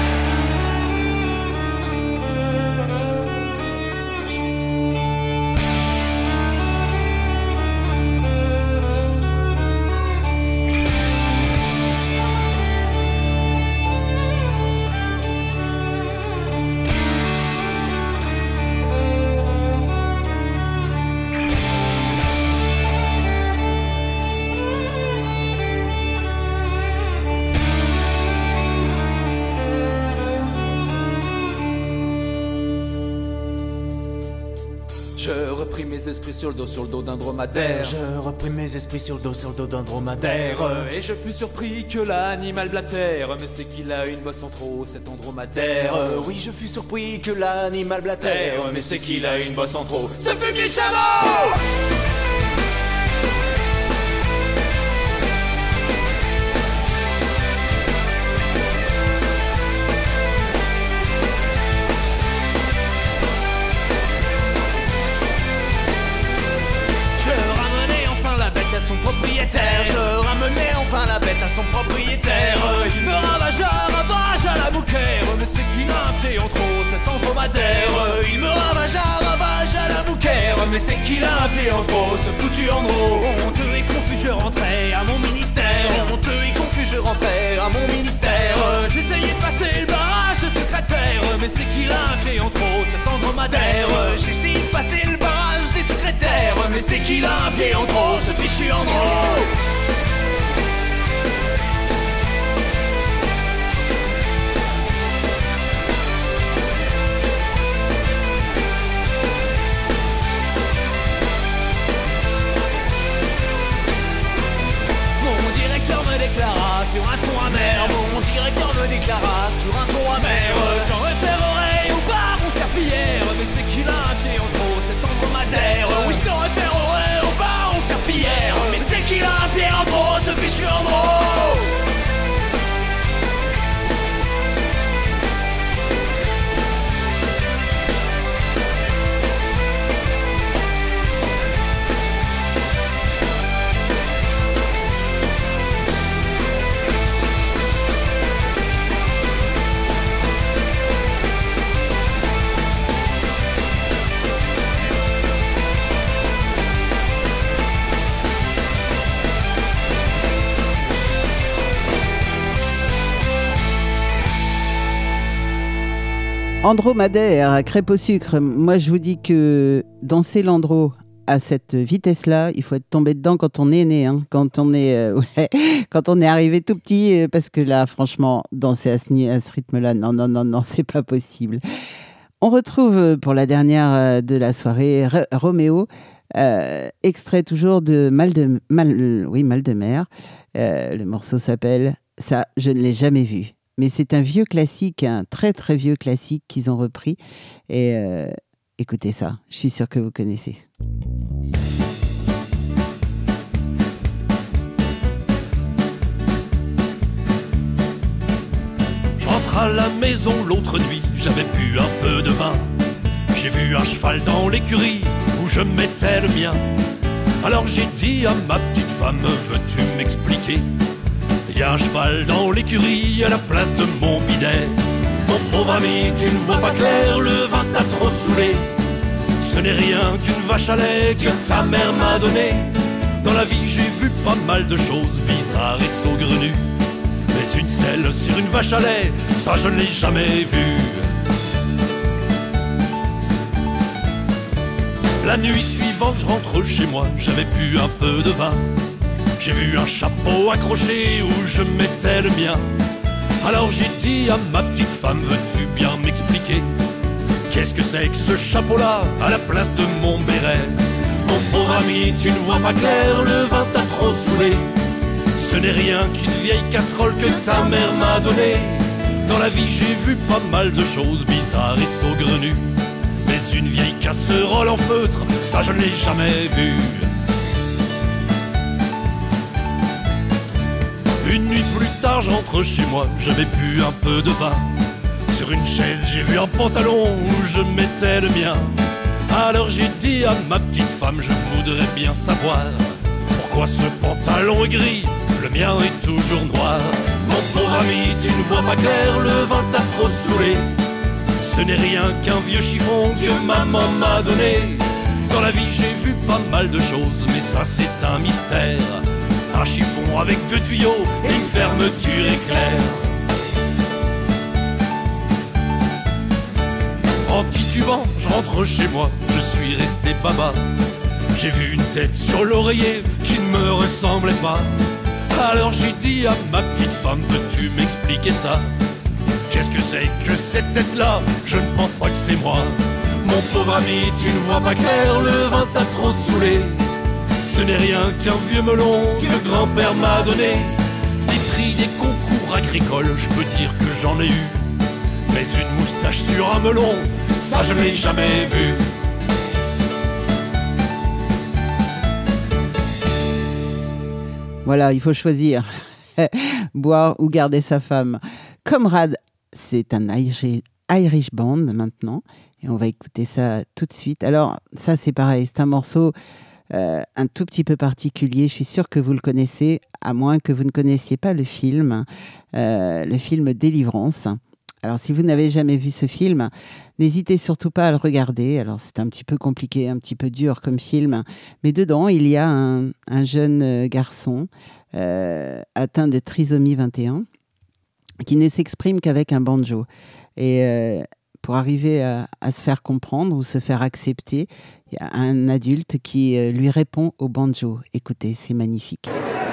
Je repris mes esprits sur le dos d'un dromadaire. Je repris mes esprits sur le dos d'un dromadaire. Et je fus surpris que l'animal blatère. Mais c'est qu'il a une bosse en trop, cet andromadaire. Oui, je fus surpris que l'animal blatère. Mais c'est qu'il a une bosse en trop. Ce fut 1000 chameaux. appelé en trop cet andromadaire. Il me ravage à la bouquère. Mais c'est qu'il a appelé en trop ce foutu andro. Honteux et confus je rentrais à mon ministère. Honteux et confus je rentrais à mon ministère. J'essayais de passer le barrage de secrétaire. Mais c'est qu'il a appelé en trop cet andromadaire. J'essayais de passer le barrage des secrétaires. Mais c'est qu'il a appelé en trop ce fichu andro. Sur un ton amer, mon directeur me déclara sur un ton amer. J'en référerai au baron Serpillière. Mais c'est qu'il a appelé en trop cet andromadaire. Oui, j'en référerai au baron Serpillière. Mais c'est qu'il a appelé en trop ce fichu andro. Andromadaire, crêpe au sucre. Moi, je vous dis que danser l'andro à cette vitesse-là, il faut être tombé dedans quand on est né, hein. Quand on est arrivé tout petit, parce que là, franchement, danser à ce rythme-là, non, c'est pas possible. On retrouve pour la dernière de la soirée Roméo, extrait toujours de Mal de mer. Le morceau s'appelle « Ça, je ne l'ai jamais vu ». Mais c'est un vieux classique, un très très vieux classique qu'ils ont repris. Et écoutez ça, je suis sûre que vous connaissez. Je rentre à la maison l'autre nuit, j'avais bu un peu de vin. J'ai vu un cheval dans l'écurie où je mettais le mien. Alors j'ai dit à ma petite femme, veux-tu m'expliquer? Il y a un cheval dans l'écurie à la place de mon bidet. Mon pauvre ami, tu ne vois pas clair, le vin t'a trop saoulé. Ce n'est rien qu'une vache à lait que ta mère m'a donnée. Dans la vie j'ai vu pas mal de choses bizarres et saugrenues, mais une selle sur une vache à lait, ça je ne l'ai jamais vu. La nuit suivante je rentre chez moi, j'avais bu un peu de vin. J'ai vu un chapeau accroché où je mettais le mien. Alors j'ai dit à ma petite femme, veux-tu bien m'expliquer? Qu'est-ce que c'est que ce chapeau-là à la place de mon béret? Mon pauvre ami, tu ne vois pas clair, le vin t'a trop saoulé. Ce n'est rien qu'une vieille casserole que ta mère m'a donnée. Dans la vie j'ai vu pas mal de choses bizarres et saugrenues, mais une vieille casserole en feutre, ça je ne l'ai jamais vue. Une nuit plus tard, je rentre chez moi, j'avais bu un peu de vin. Sur une chaise, j'ai vu un pantalon où je mettais le mien. Alors j'ai dit à ma petite femme, je voudrais bien savoir pourquoi ce pantalon est gris, le mien est toujours noir. Mon pauvre ami, tu ne vois pas clair, le vin t'a trop saoulé. Ce n'est rien qu'un vieux chiffon que maman m'a donné. Dans la vie, j'ai vu pas mal de choses, mais ça c'est un mystère. Un chiffon avec 2 tuyaux et une fermeture éclair. En titubant, je rentre chez moi, je suis resté baba. J'ai vu une tête sur l'oreiller qui ne me ressemblait pas. Alors j'ai dit à ma petite femme, peux-tu m'expliquer ça? Qu'est-ce que c'est que cette tête-là? Je ne pense pas que c'est moi. Mon pauvre ami, tu ne vois pas clair, le vin t'a trop saoulé. Ce n'est rien qu'un vieux melon que grand-père m'a donné. Des prix des concours agricoles, je peux dire que j'en ai eu. Mais une moustache sur un melon, ça je ne l'ai jamais vu. Voilà, il faut choisir. Boire ou garder sa femme. Comrade, c'est un Irish band maintenant. Et on va écouter ça tout de suite. Alors, ça c'est pareil, c'est un morceau un tout petit peu particulier. Je suis sûre que vous le connaissez, à moins que vous ne connaissiez pas le film Délivrance, Alors, si vous n'avez jamais vu ce film, n'hésitez surtout pas à le regarder. Alors, c'est un petit peu compliqué, un petit peu dur comme film, mais dedans, il y a un jeune garçon atteint de trisomie 21 qui ne s'exprime qu'avec un banjo. Et pour arriver à se faire comprendre ou se faire accepter, il y a un adulte qui lui répond au banjo. Écoutez, c'est magnifique.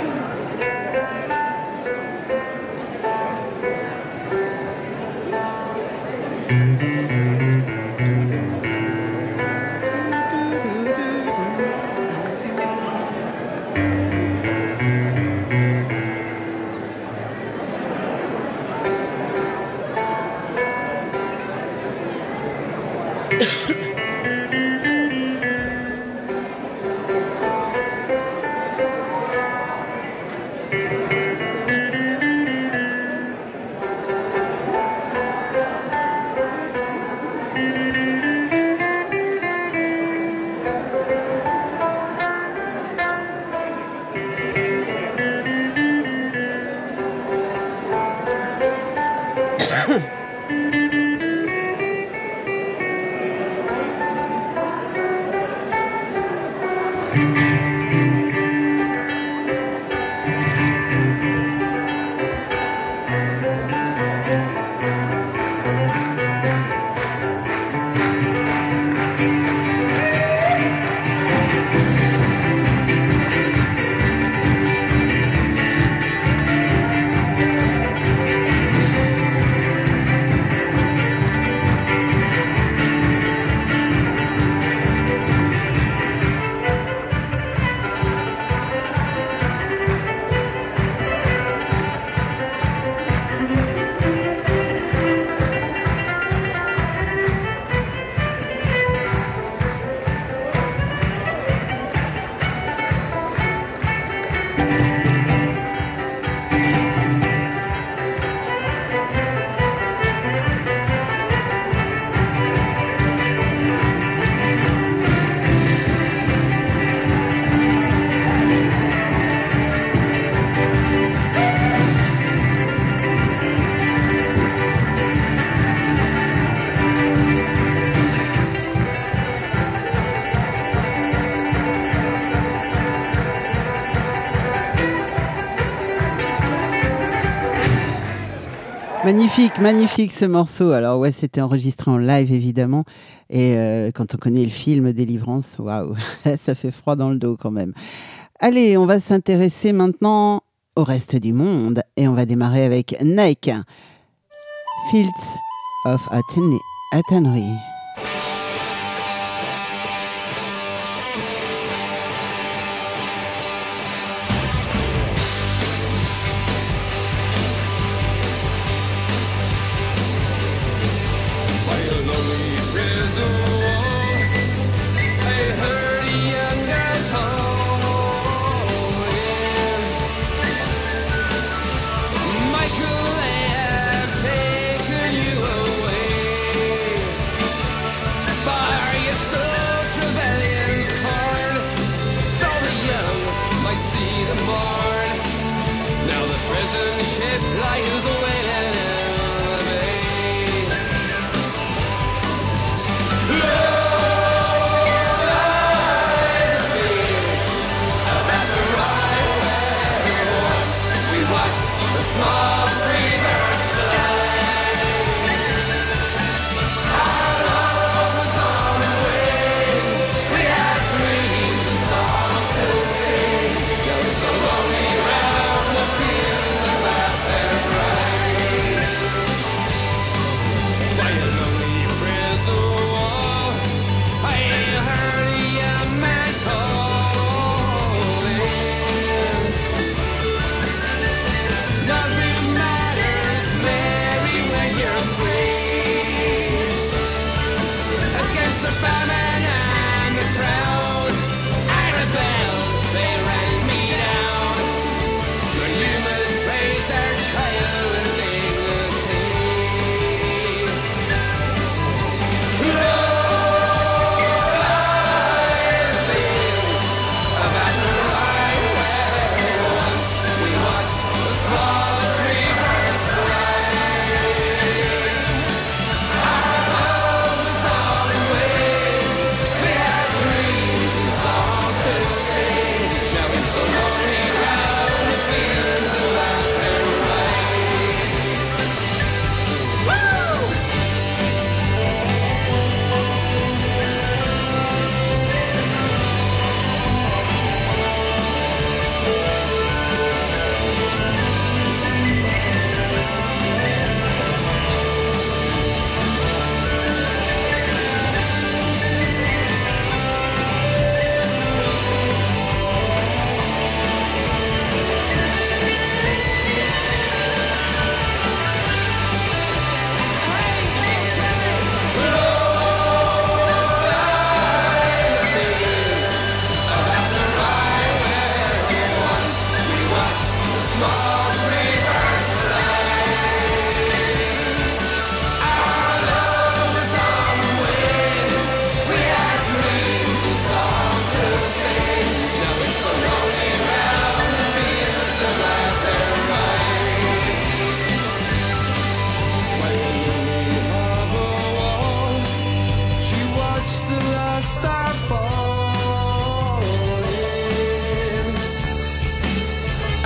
Magnifique, magnifique ce morceau. Alors ouais, c'était enregistré en live évidemment. Et quand on connaît le film Délivrance, waouh, ça fait froid dans le dos quand même. Allez, on va s'intéresser maintenant au reste du monde. Et on va démarrer avec Nike, Fields of Athenry. Michael, I have taken you away.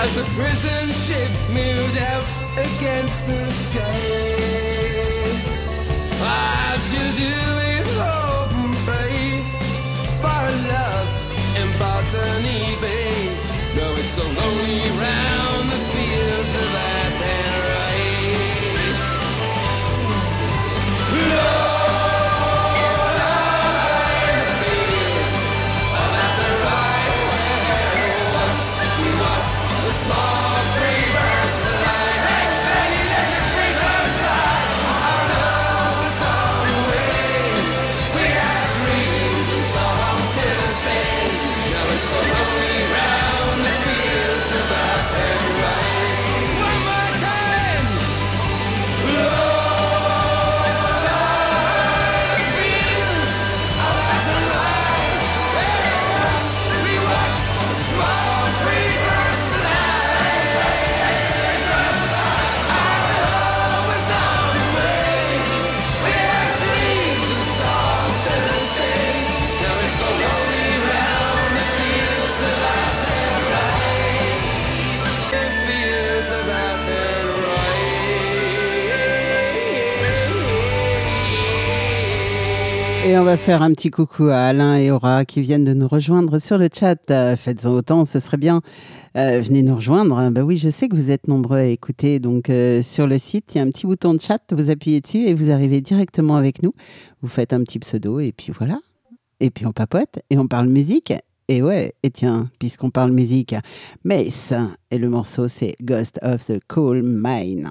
as the prison ship moved out against the sky. All you do is hope and pray for love in Botany Bay. No, it's so lonely round the fields of Athenry. Lord, small free birds fly. Hey, hey, let the free birds fly. Our love is on the way. We have dreams and songs to sing. Now it's so lonely round the fields of Athenry. One more time. Lord, the fields of Athenry. We watch the small free birds fly. Et on va faire un petit coucou à Alain et Aura qui viennent de nous rejoindre sur le chat. Faites-en autant, ce serait bien. Venez nous rejoindre. Bah oui, je sais que vous êtes nombreux à écouter. Donc sur le site, il y a un petit bouton de chat. Vous appuyez dessus et vous arrivez directement avec nous. Vous faites un petit pseudo et puis voilà. Et puis on papote et on parle musique. Et ouais, et tiens, puisqu'on parle musique, Mace, et le morceau c'est Ghost of the Coal Mine.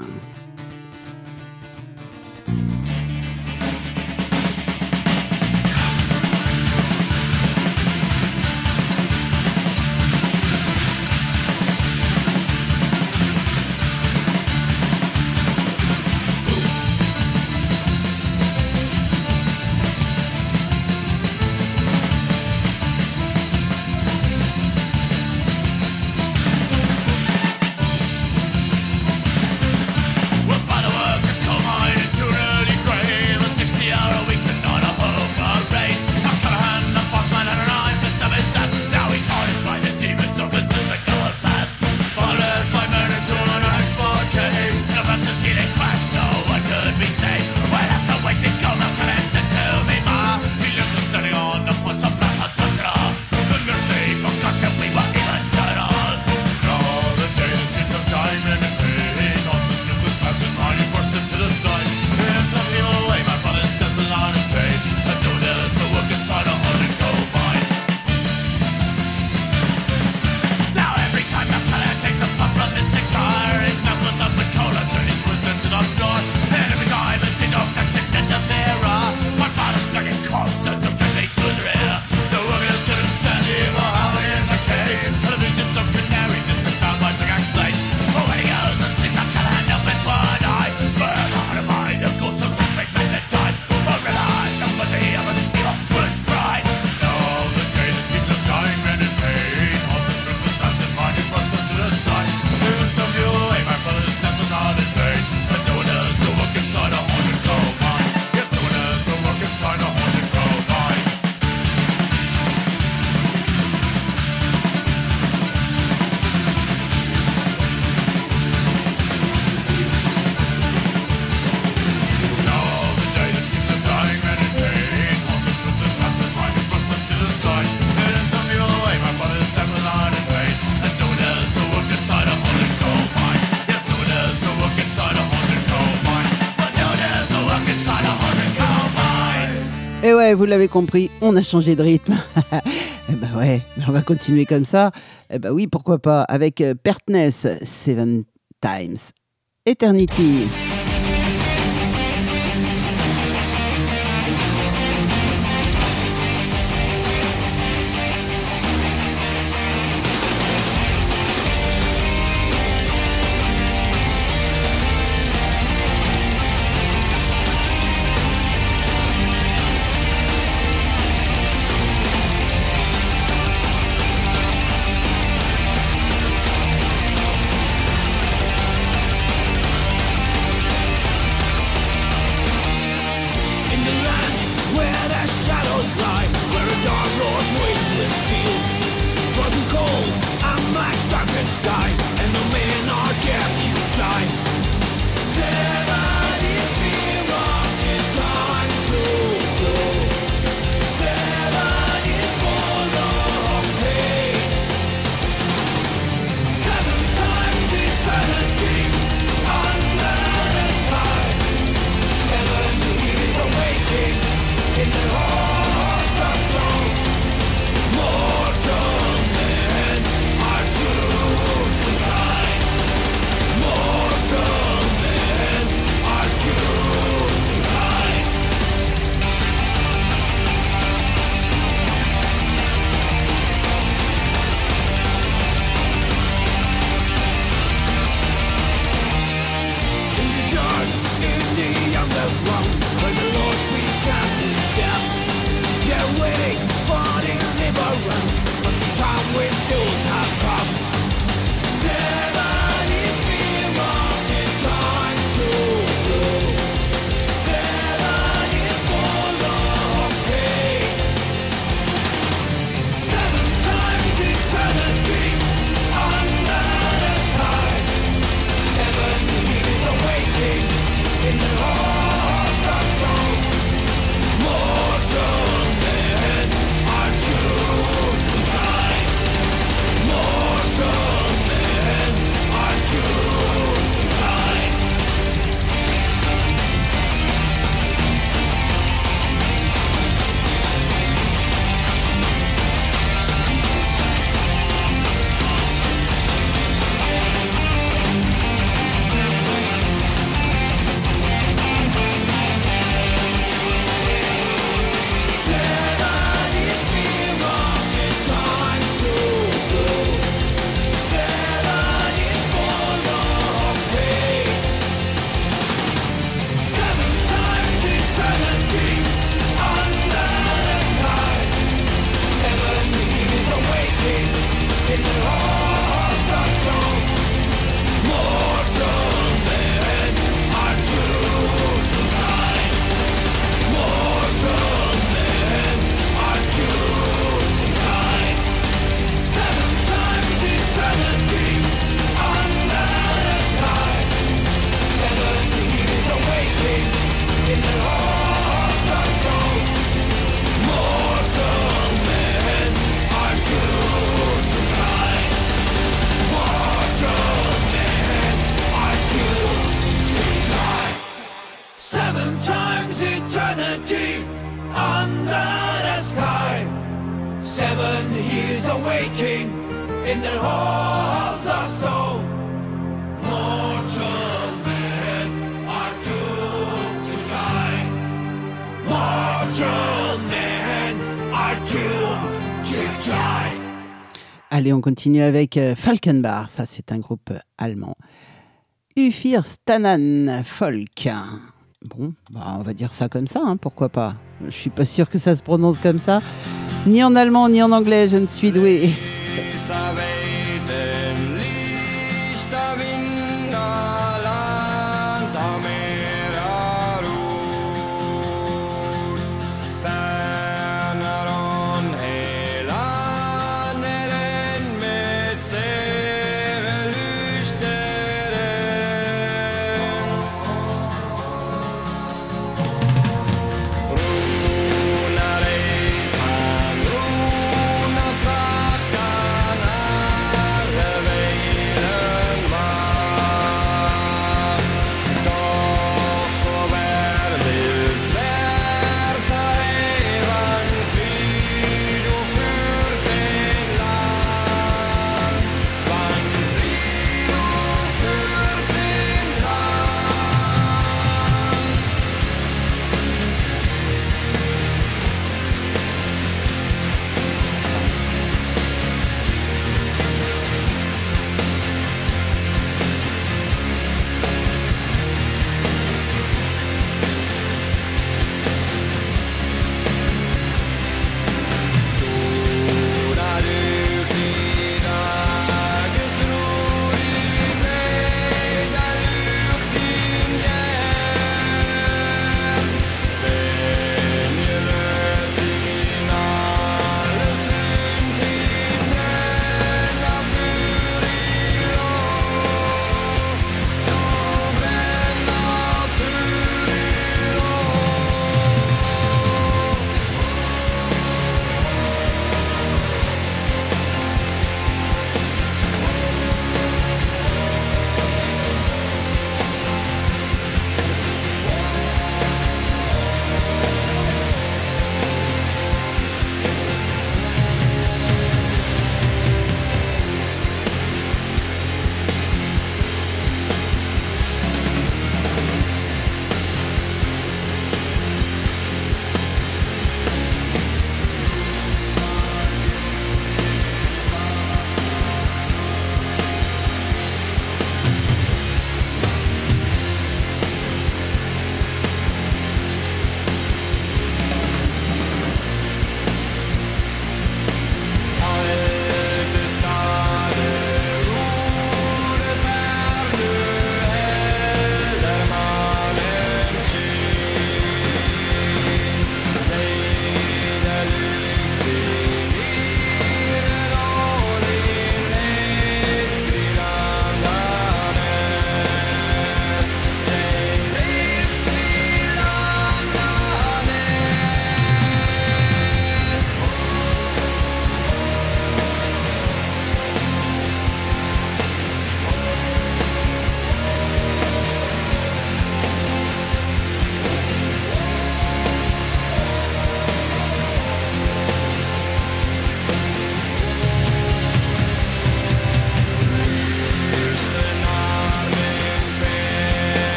Et ouais, vous l'avez compris, on a changé de rythme. Et bah ouais, on va continuer comme ça. Et bah oui, pourquoi pas, avec Pertness, 7 Times Eternity. Sky and heaven he is awaiting in the halls of stone. Mortal men are doomed to die. Mortal men are doomed to die. Allez, on continue avec Falkenbach. Ça, c'est un groupe allemand. Ufir Stanan Folk. Bon, bah, on va dire ça comme ça, hein, pourquoi pas. Je suis pas sûre que ça se prononce comme ça. Ni en allemand, ni en anglais, je ne suis douée.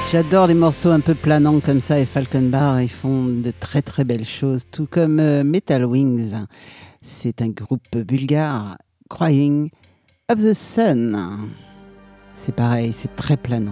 J'adore les morceaux un peu planants comme ça, et Falkenbach, ils font de très très belles choses, tout comme Metal Wings. C'est un groupe bulgare, Crying of the Sun. C'est pareil, c'est très planant.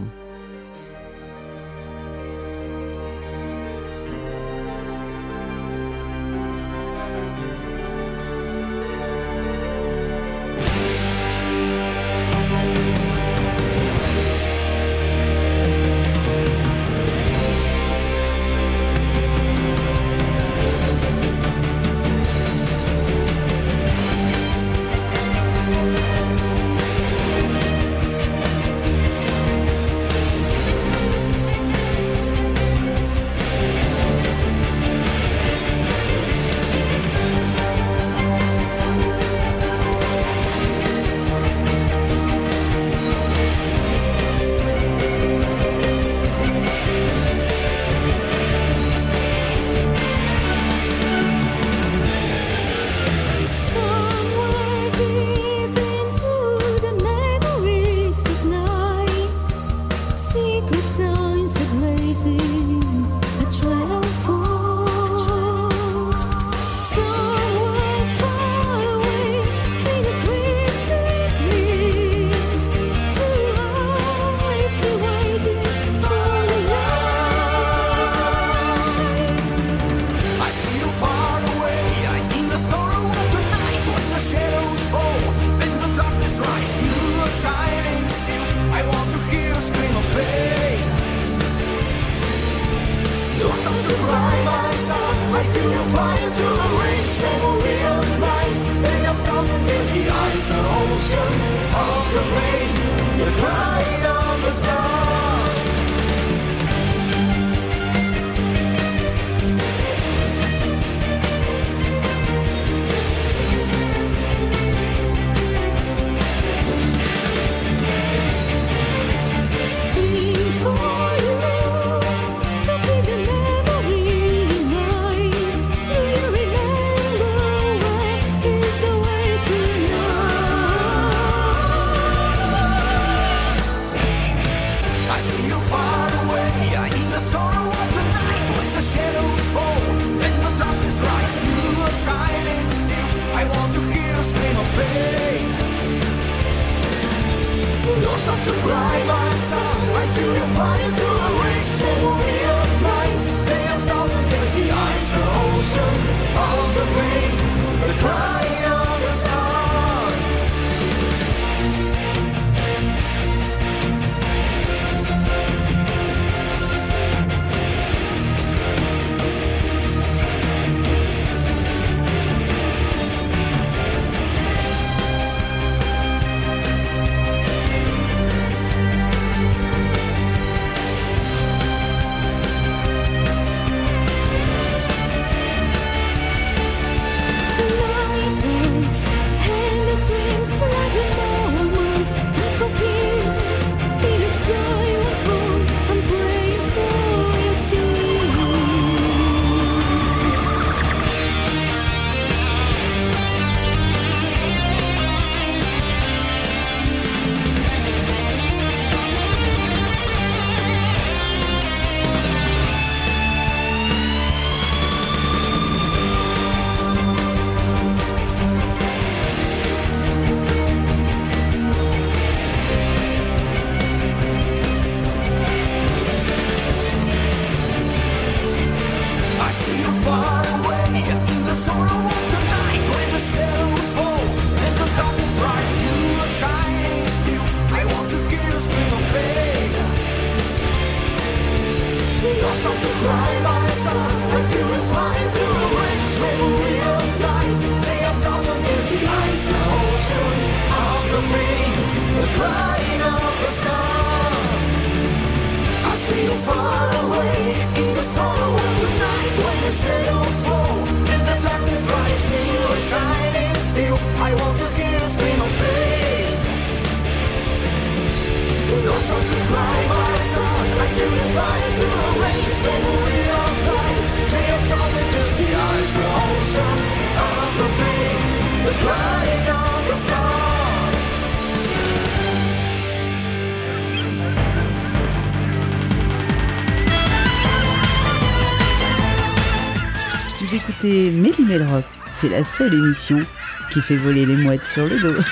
c'était Mélie Melrock. C'est la seule émission qui fait voler les mouettes sur le dos.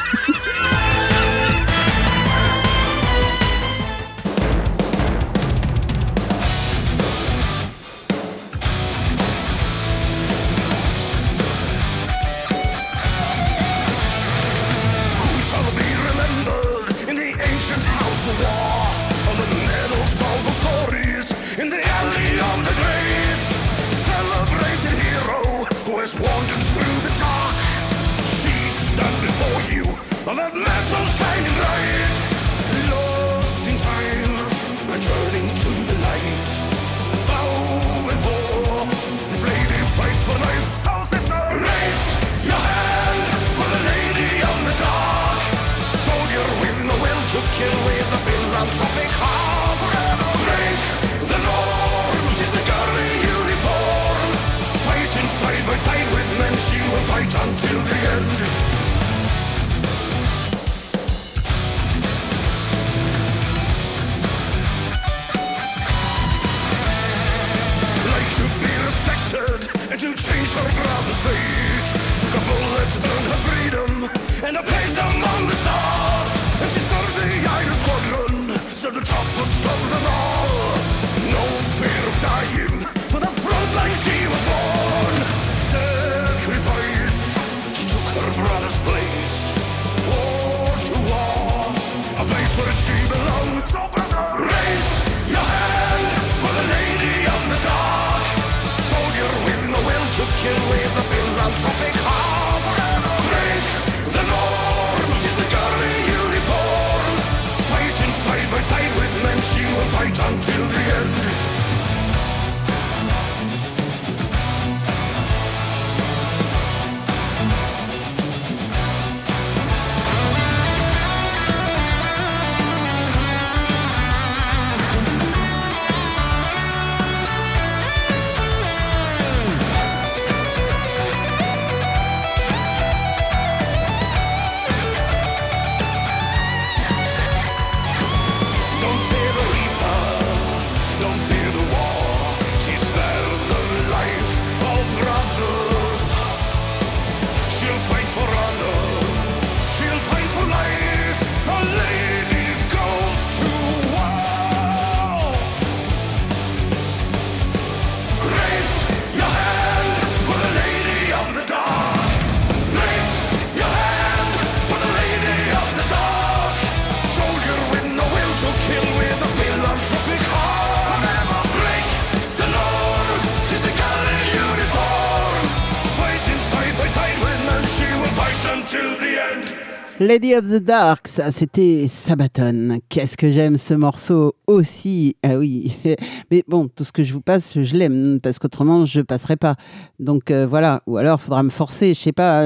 Lady of the Dark, ça c'était Sabaton. Qu'est-ce que j'aime ce morceau aussi. Ah oui, mais bon, tout ce que je vous passe, je l'aime, parce qu'autrement je passerai pas. Donc voilà, ou alors il faudra me forcer, je sais pas,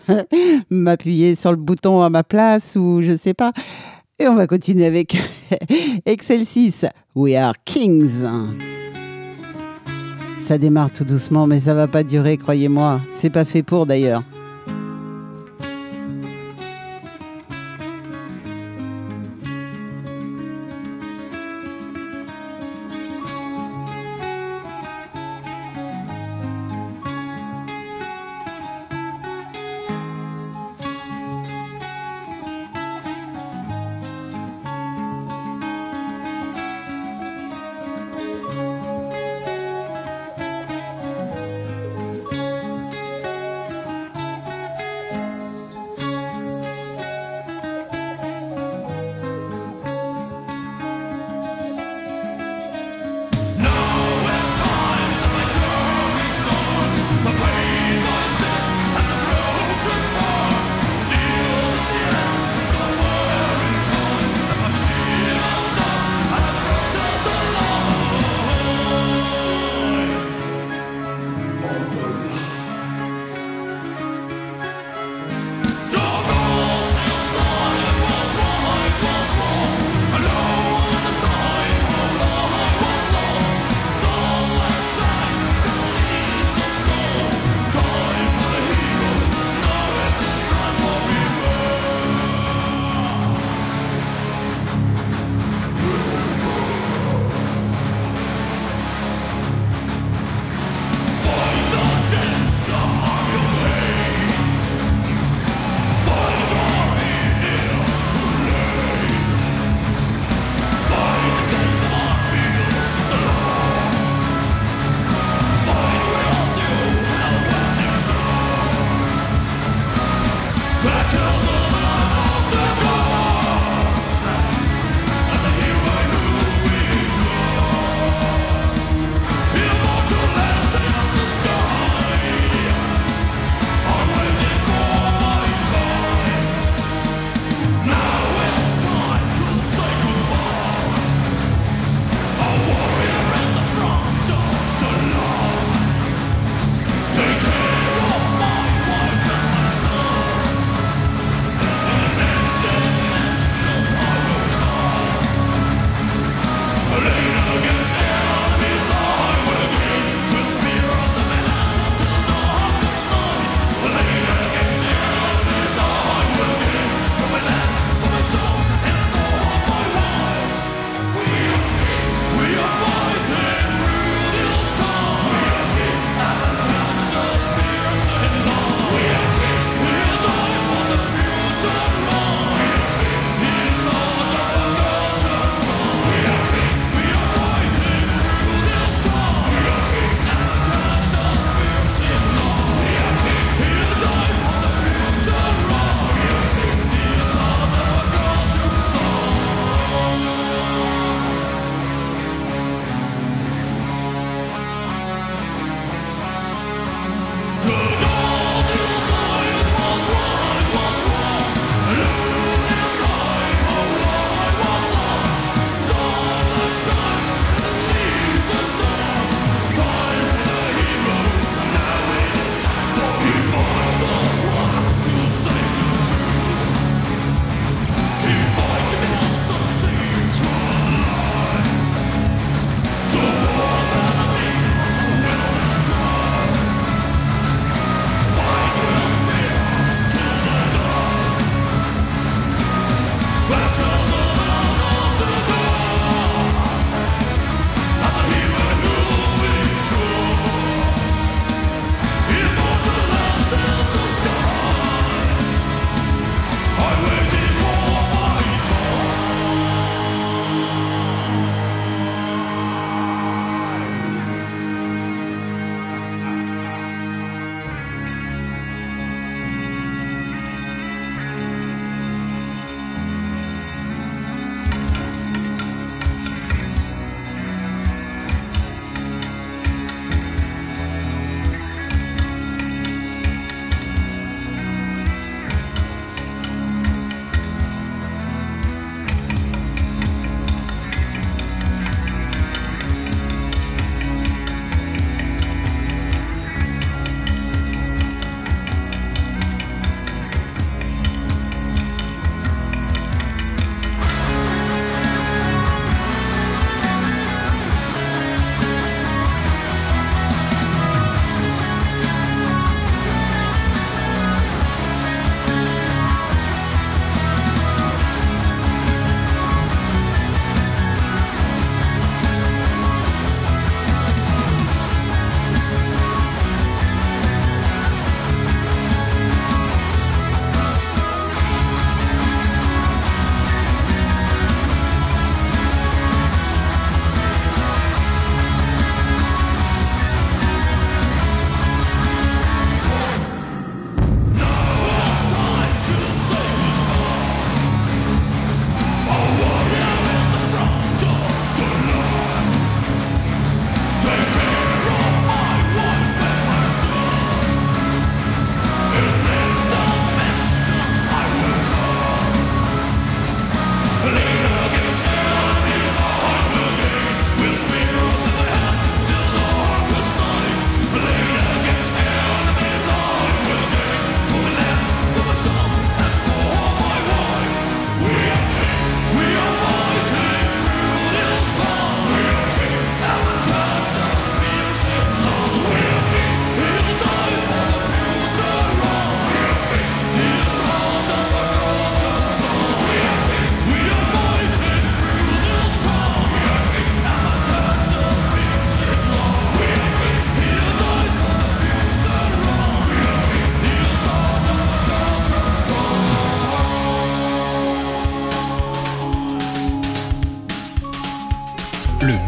m'appuyer sur le bouton à ma place, ou je sais pas. Et on va continuer avec Excel 6, We Are Kings. Ça démarre tout doucement, mais ça va pas durer, croyez-moi. C'est pas fait pour d'ailleurs.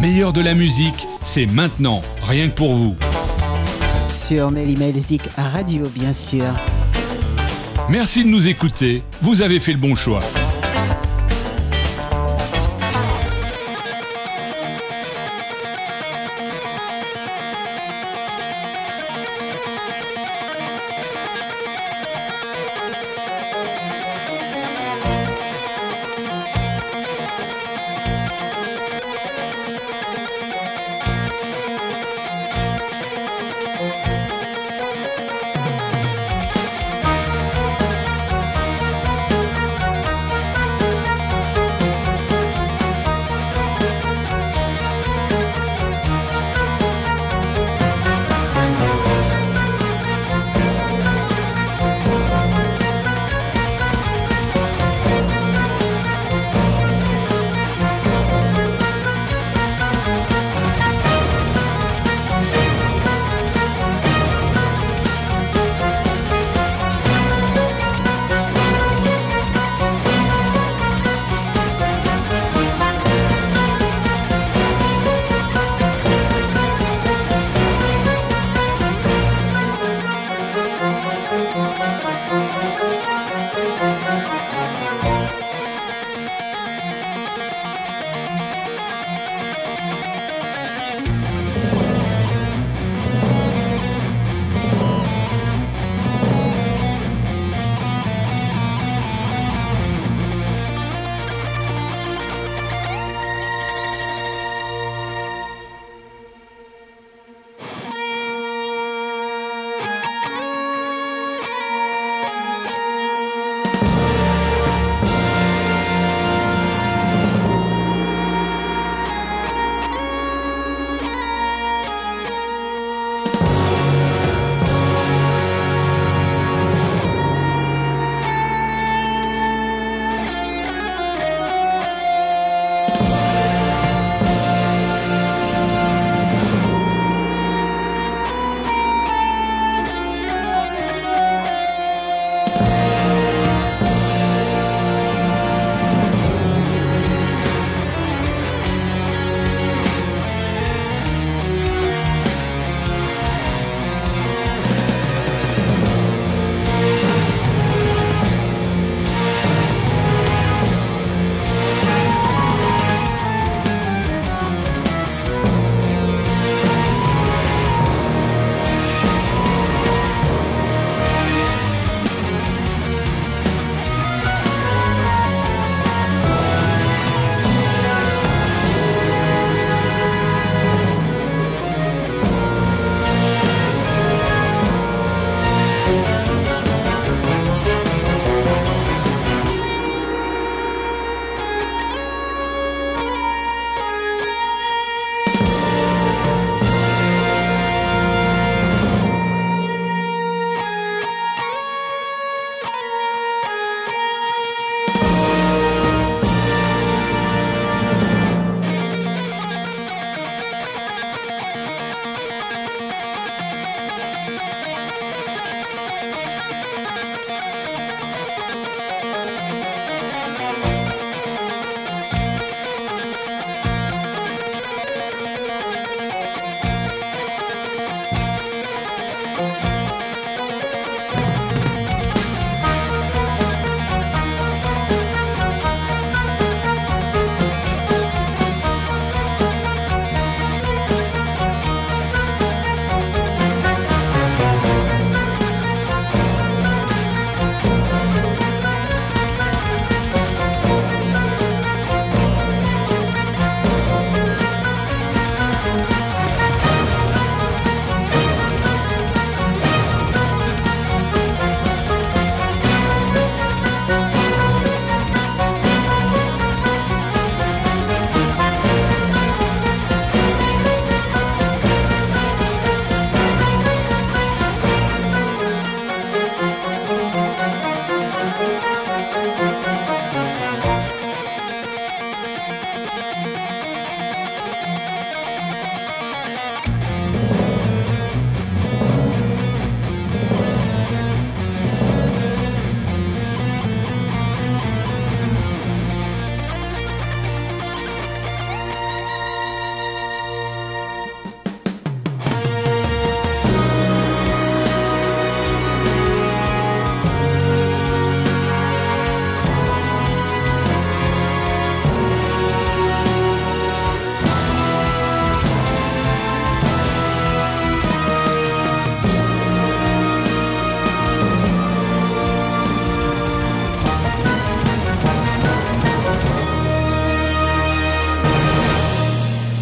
meilleur de la musique, c'est maintenant, rien que pour vous. Sur Méli-Mélizik à radio, bien sûr. Merci de nous écouter, vous avez fait le bon choix.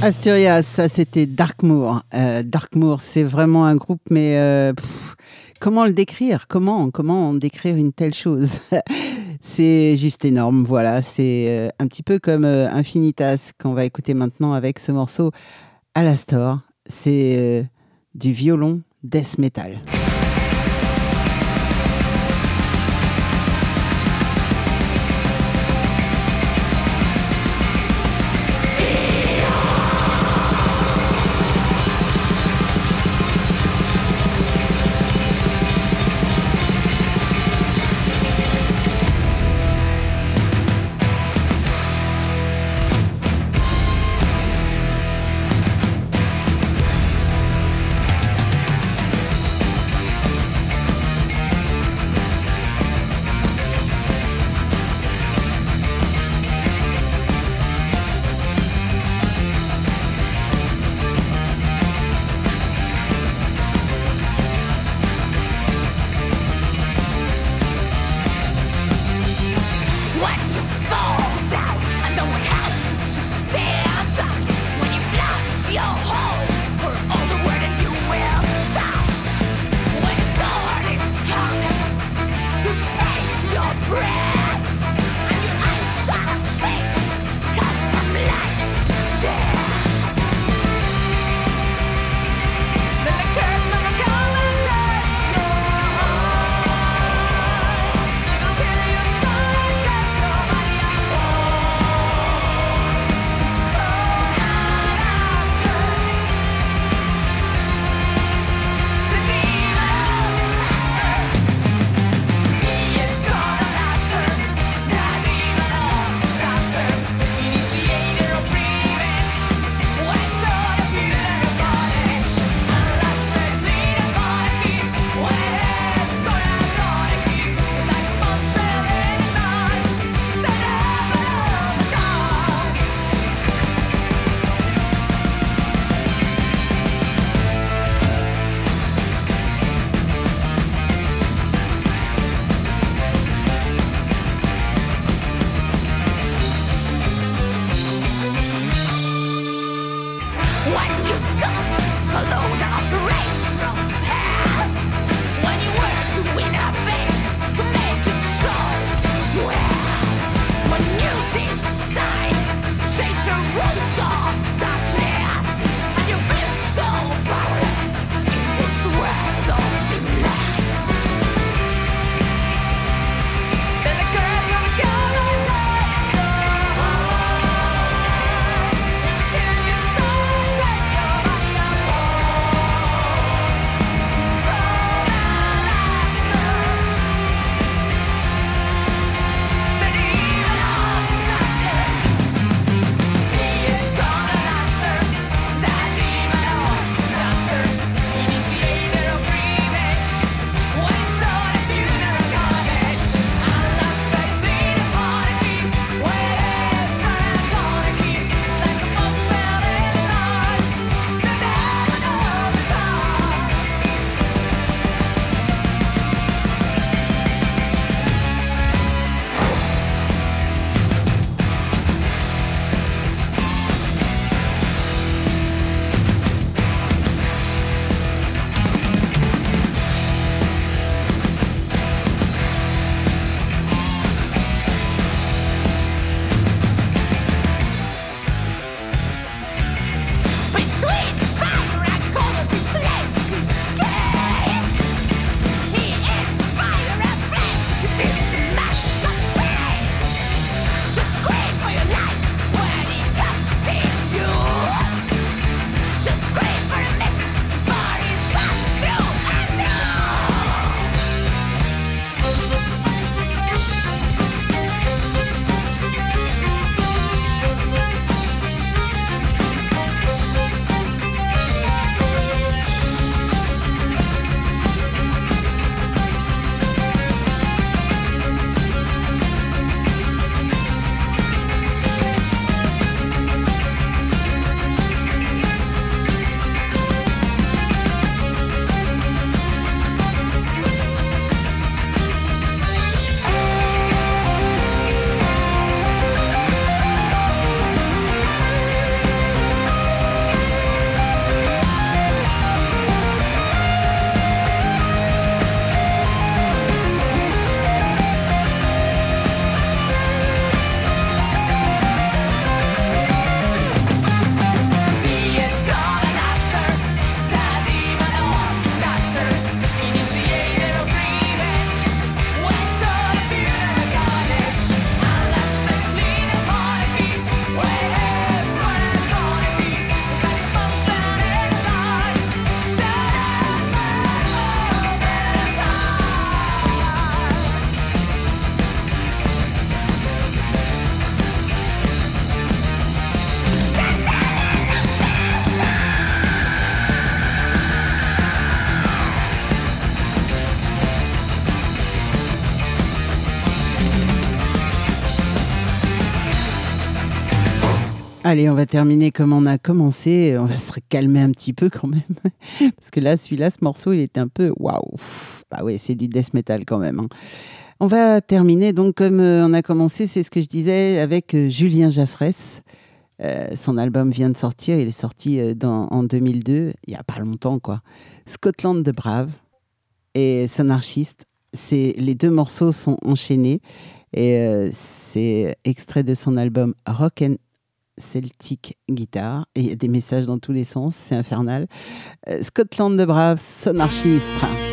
Asturias, ça c'était Darkmoor. Darkmoor, c'est vraiment un groupe, mais comment le décrire ? Comment décrire une telle chose ? C'est juste énorme, voilà. C'est un petit peu comme Infinitas qu'on va écouter maintenant avec ce morceau Alastor. C'est du violon death metal. Allez, on va terminer comme on a commencé. On va se calmer un petit peu quand même. Parce que là, celui-là, ce morceau, il était un peu waouh. Bah ouais, c'est du death metal quand même. Hein. On va terminer donc comme on a commencé, c'est ce que je disais, avec Julien Jaffrès. Son album vient de sortir. Il est sorti en 2002, il n'y a pas longtemps, quoi. Scotland the Brave et Sonarchiste. Les deux morceaux sont enchaînés. Et c'est extrait de son album Rock and Celtic Guitar. Et il y a des messages dans tous les sens, c'est infernal. Scotland the Brave, Sonarchiste.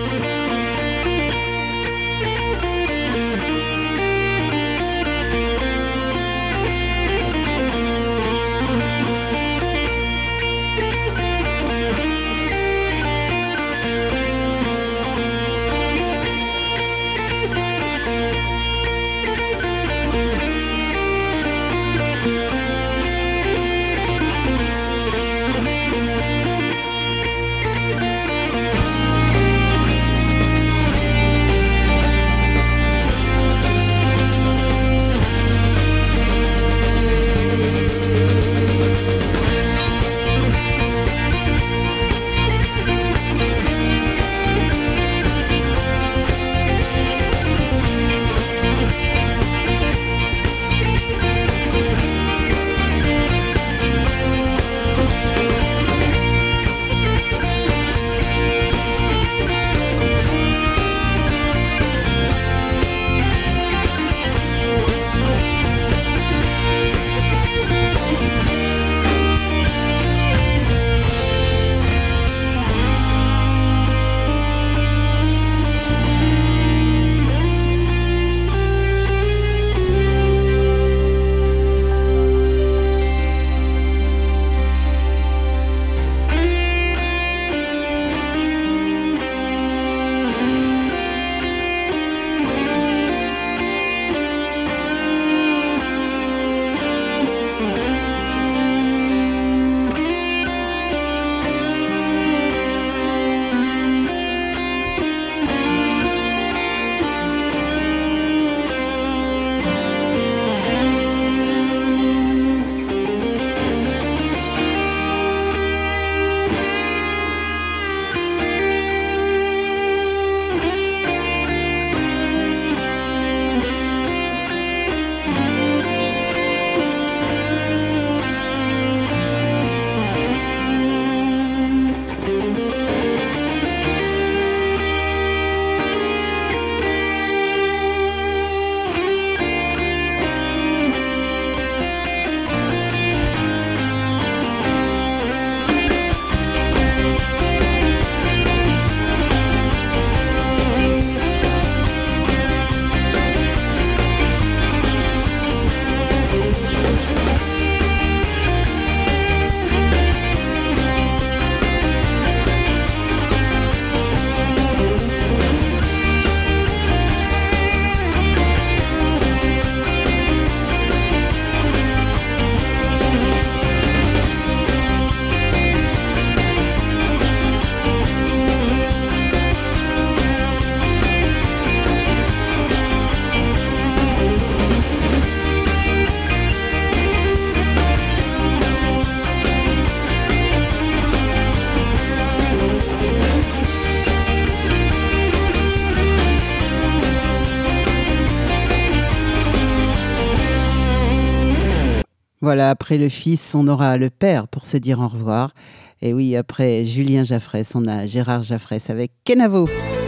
Voilà, après le fils, on aura le père pour se dire au revoir. Et oui, après Julien Jaffrès, on a Gérard Jaffrès avec Kenavo.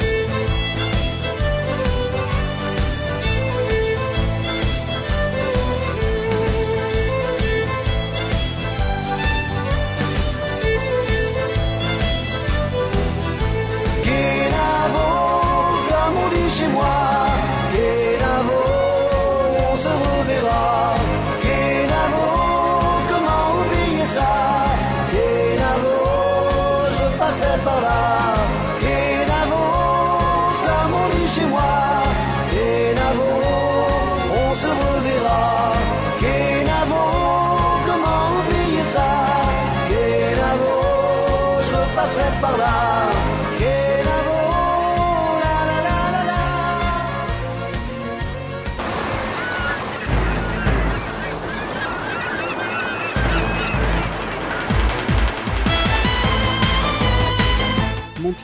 Chez moi, Kenavo, on se reverra. Kenavo, comment oublier ça? Kenavo, je passais par là. Kenavo,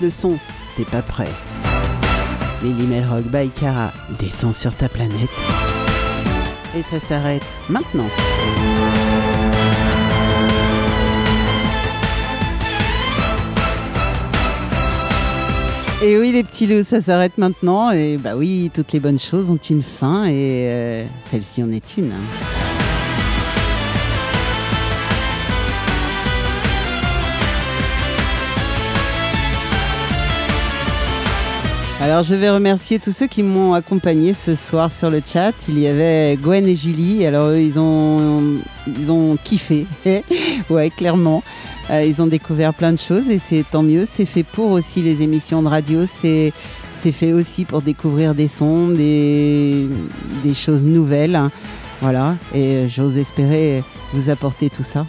le son, t'es pas prêt. Lily Melrock by Cara descend sur ta planète. Et ça s'arrête maintenant. Et oui les petits loups, ça s'arrête maintenant. Et bah oui, toutes les bonnes choses ont une fin et celle-ci en est une. Alors je vais remercier tous ceux qui m'ont accompagné ce soir sur le chat. Il y avait Gwen et Julie. Alors eux, ils ont kiffé. Ouais, clairement. Ils ont découvert plein de choses et c'est tant mieux. C'est fait pour aussi les émissions de radio. C'est fait aussi pour découvrir des sons, des choses nouvelles. Hein. Voilà. Et j'ose espérer vous apporter tout ça.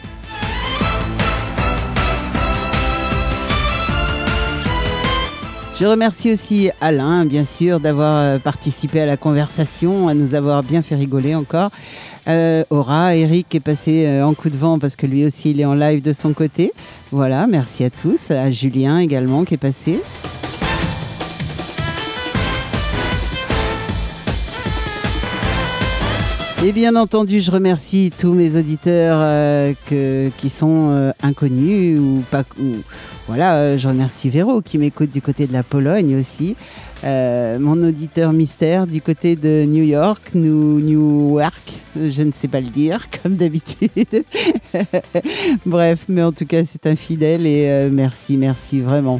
Je remercie aussi Alain, bien sûr, d'avoir participé à la conversation, à nous avoir bien fait rigoler encore. Aura, Eric est passé en coup de vent parce que lui aussi il est en live de son côté. Voilà, merci à tous. À Julien également qui est passé. Et bien entendu, je remercie tous mes auditeurs qui sont inconnus ou pas. Voilà, je remercie Véro qui m'écoute du côté de la Pologne aussi. Mon auditeur mystère du côté de New York, Newark, je ne sais pas le dire comme d'habitude. Bref, mais en tout cas c'est un fidèle et merci vraiment.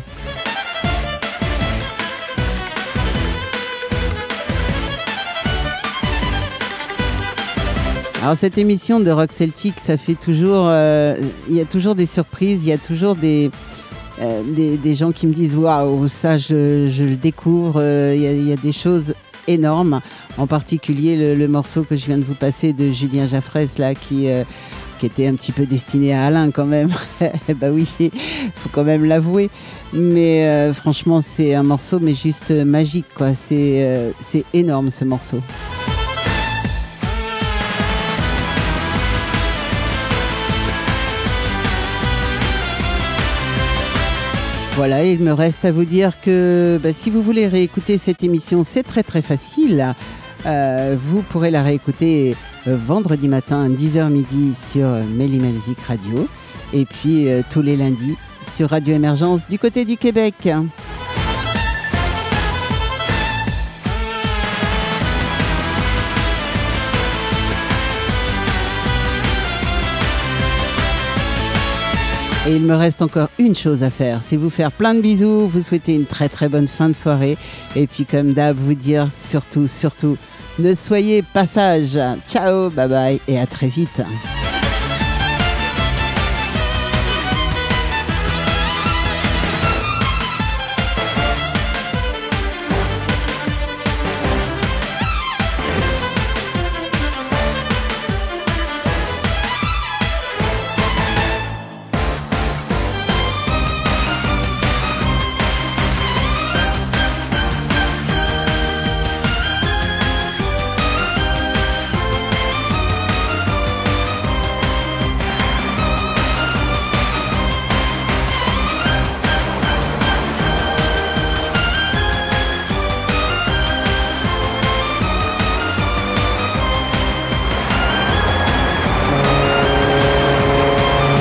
Alors cette émission de Rock Celtic, ça fait toujours, il y a toujours des surprises, il y a toujours des gens qui me disent waouh, ça je le découvre, il y a des choses énormes, en particulier le morceau que je viens de vous passer de Julien Jaffrès là qui était un petit peu destiné à Alain quand même. Bah oui, faut quand même l'avouer. Mais franchement, c'est un morceau mais juste magique quoi. C'est énorme ce morceau. Voilà, il me reste à vous dire que si vous voulez réécouter cette émission, c'est très très facile. Vous pourrez la réécouter vendredi matin, 10h midi sur Mélimelzik Radio. Et puis tous les lundis sur Radio Émergence du côté du Québec. Et il me reste encore une chose à faire, c'est vous faire plein de bisous, vous souhaiter une très très bonne fin de soirée. Et puis comme d'hab, vous dire surtout, ne soyez pas sages. Ciao, bye bye et à très vite.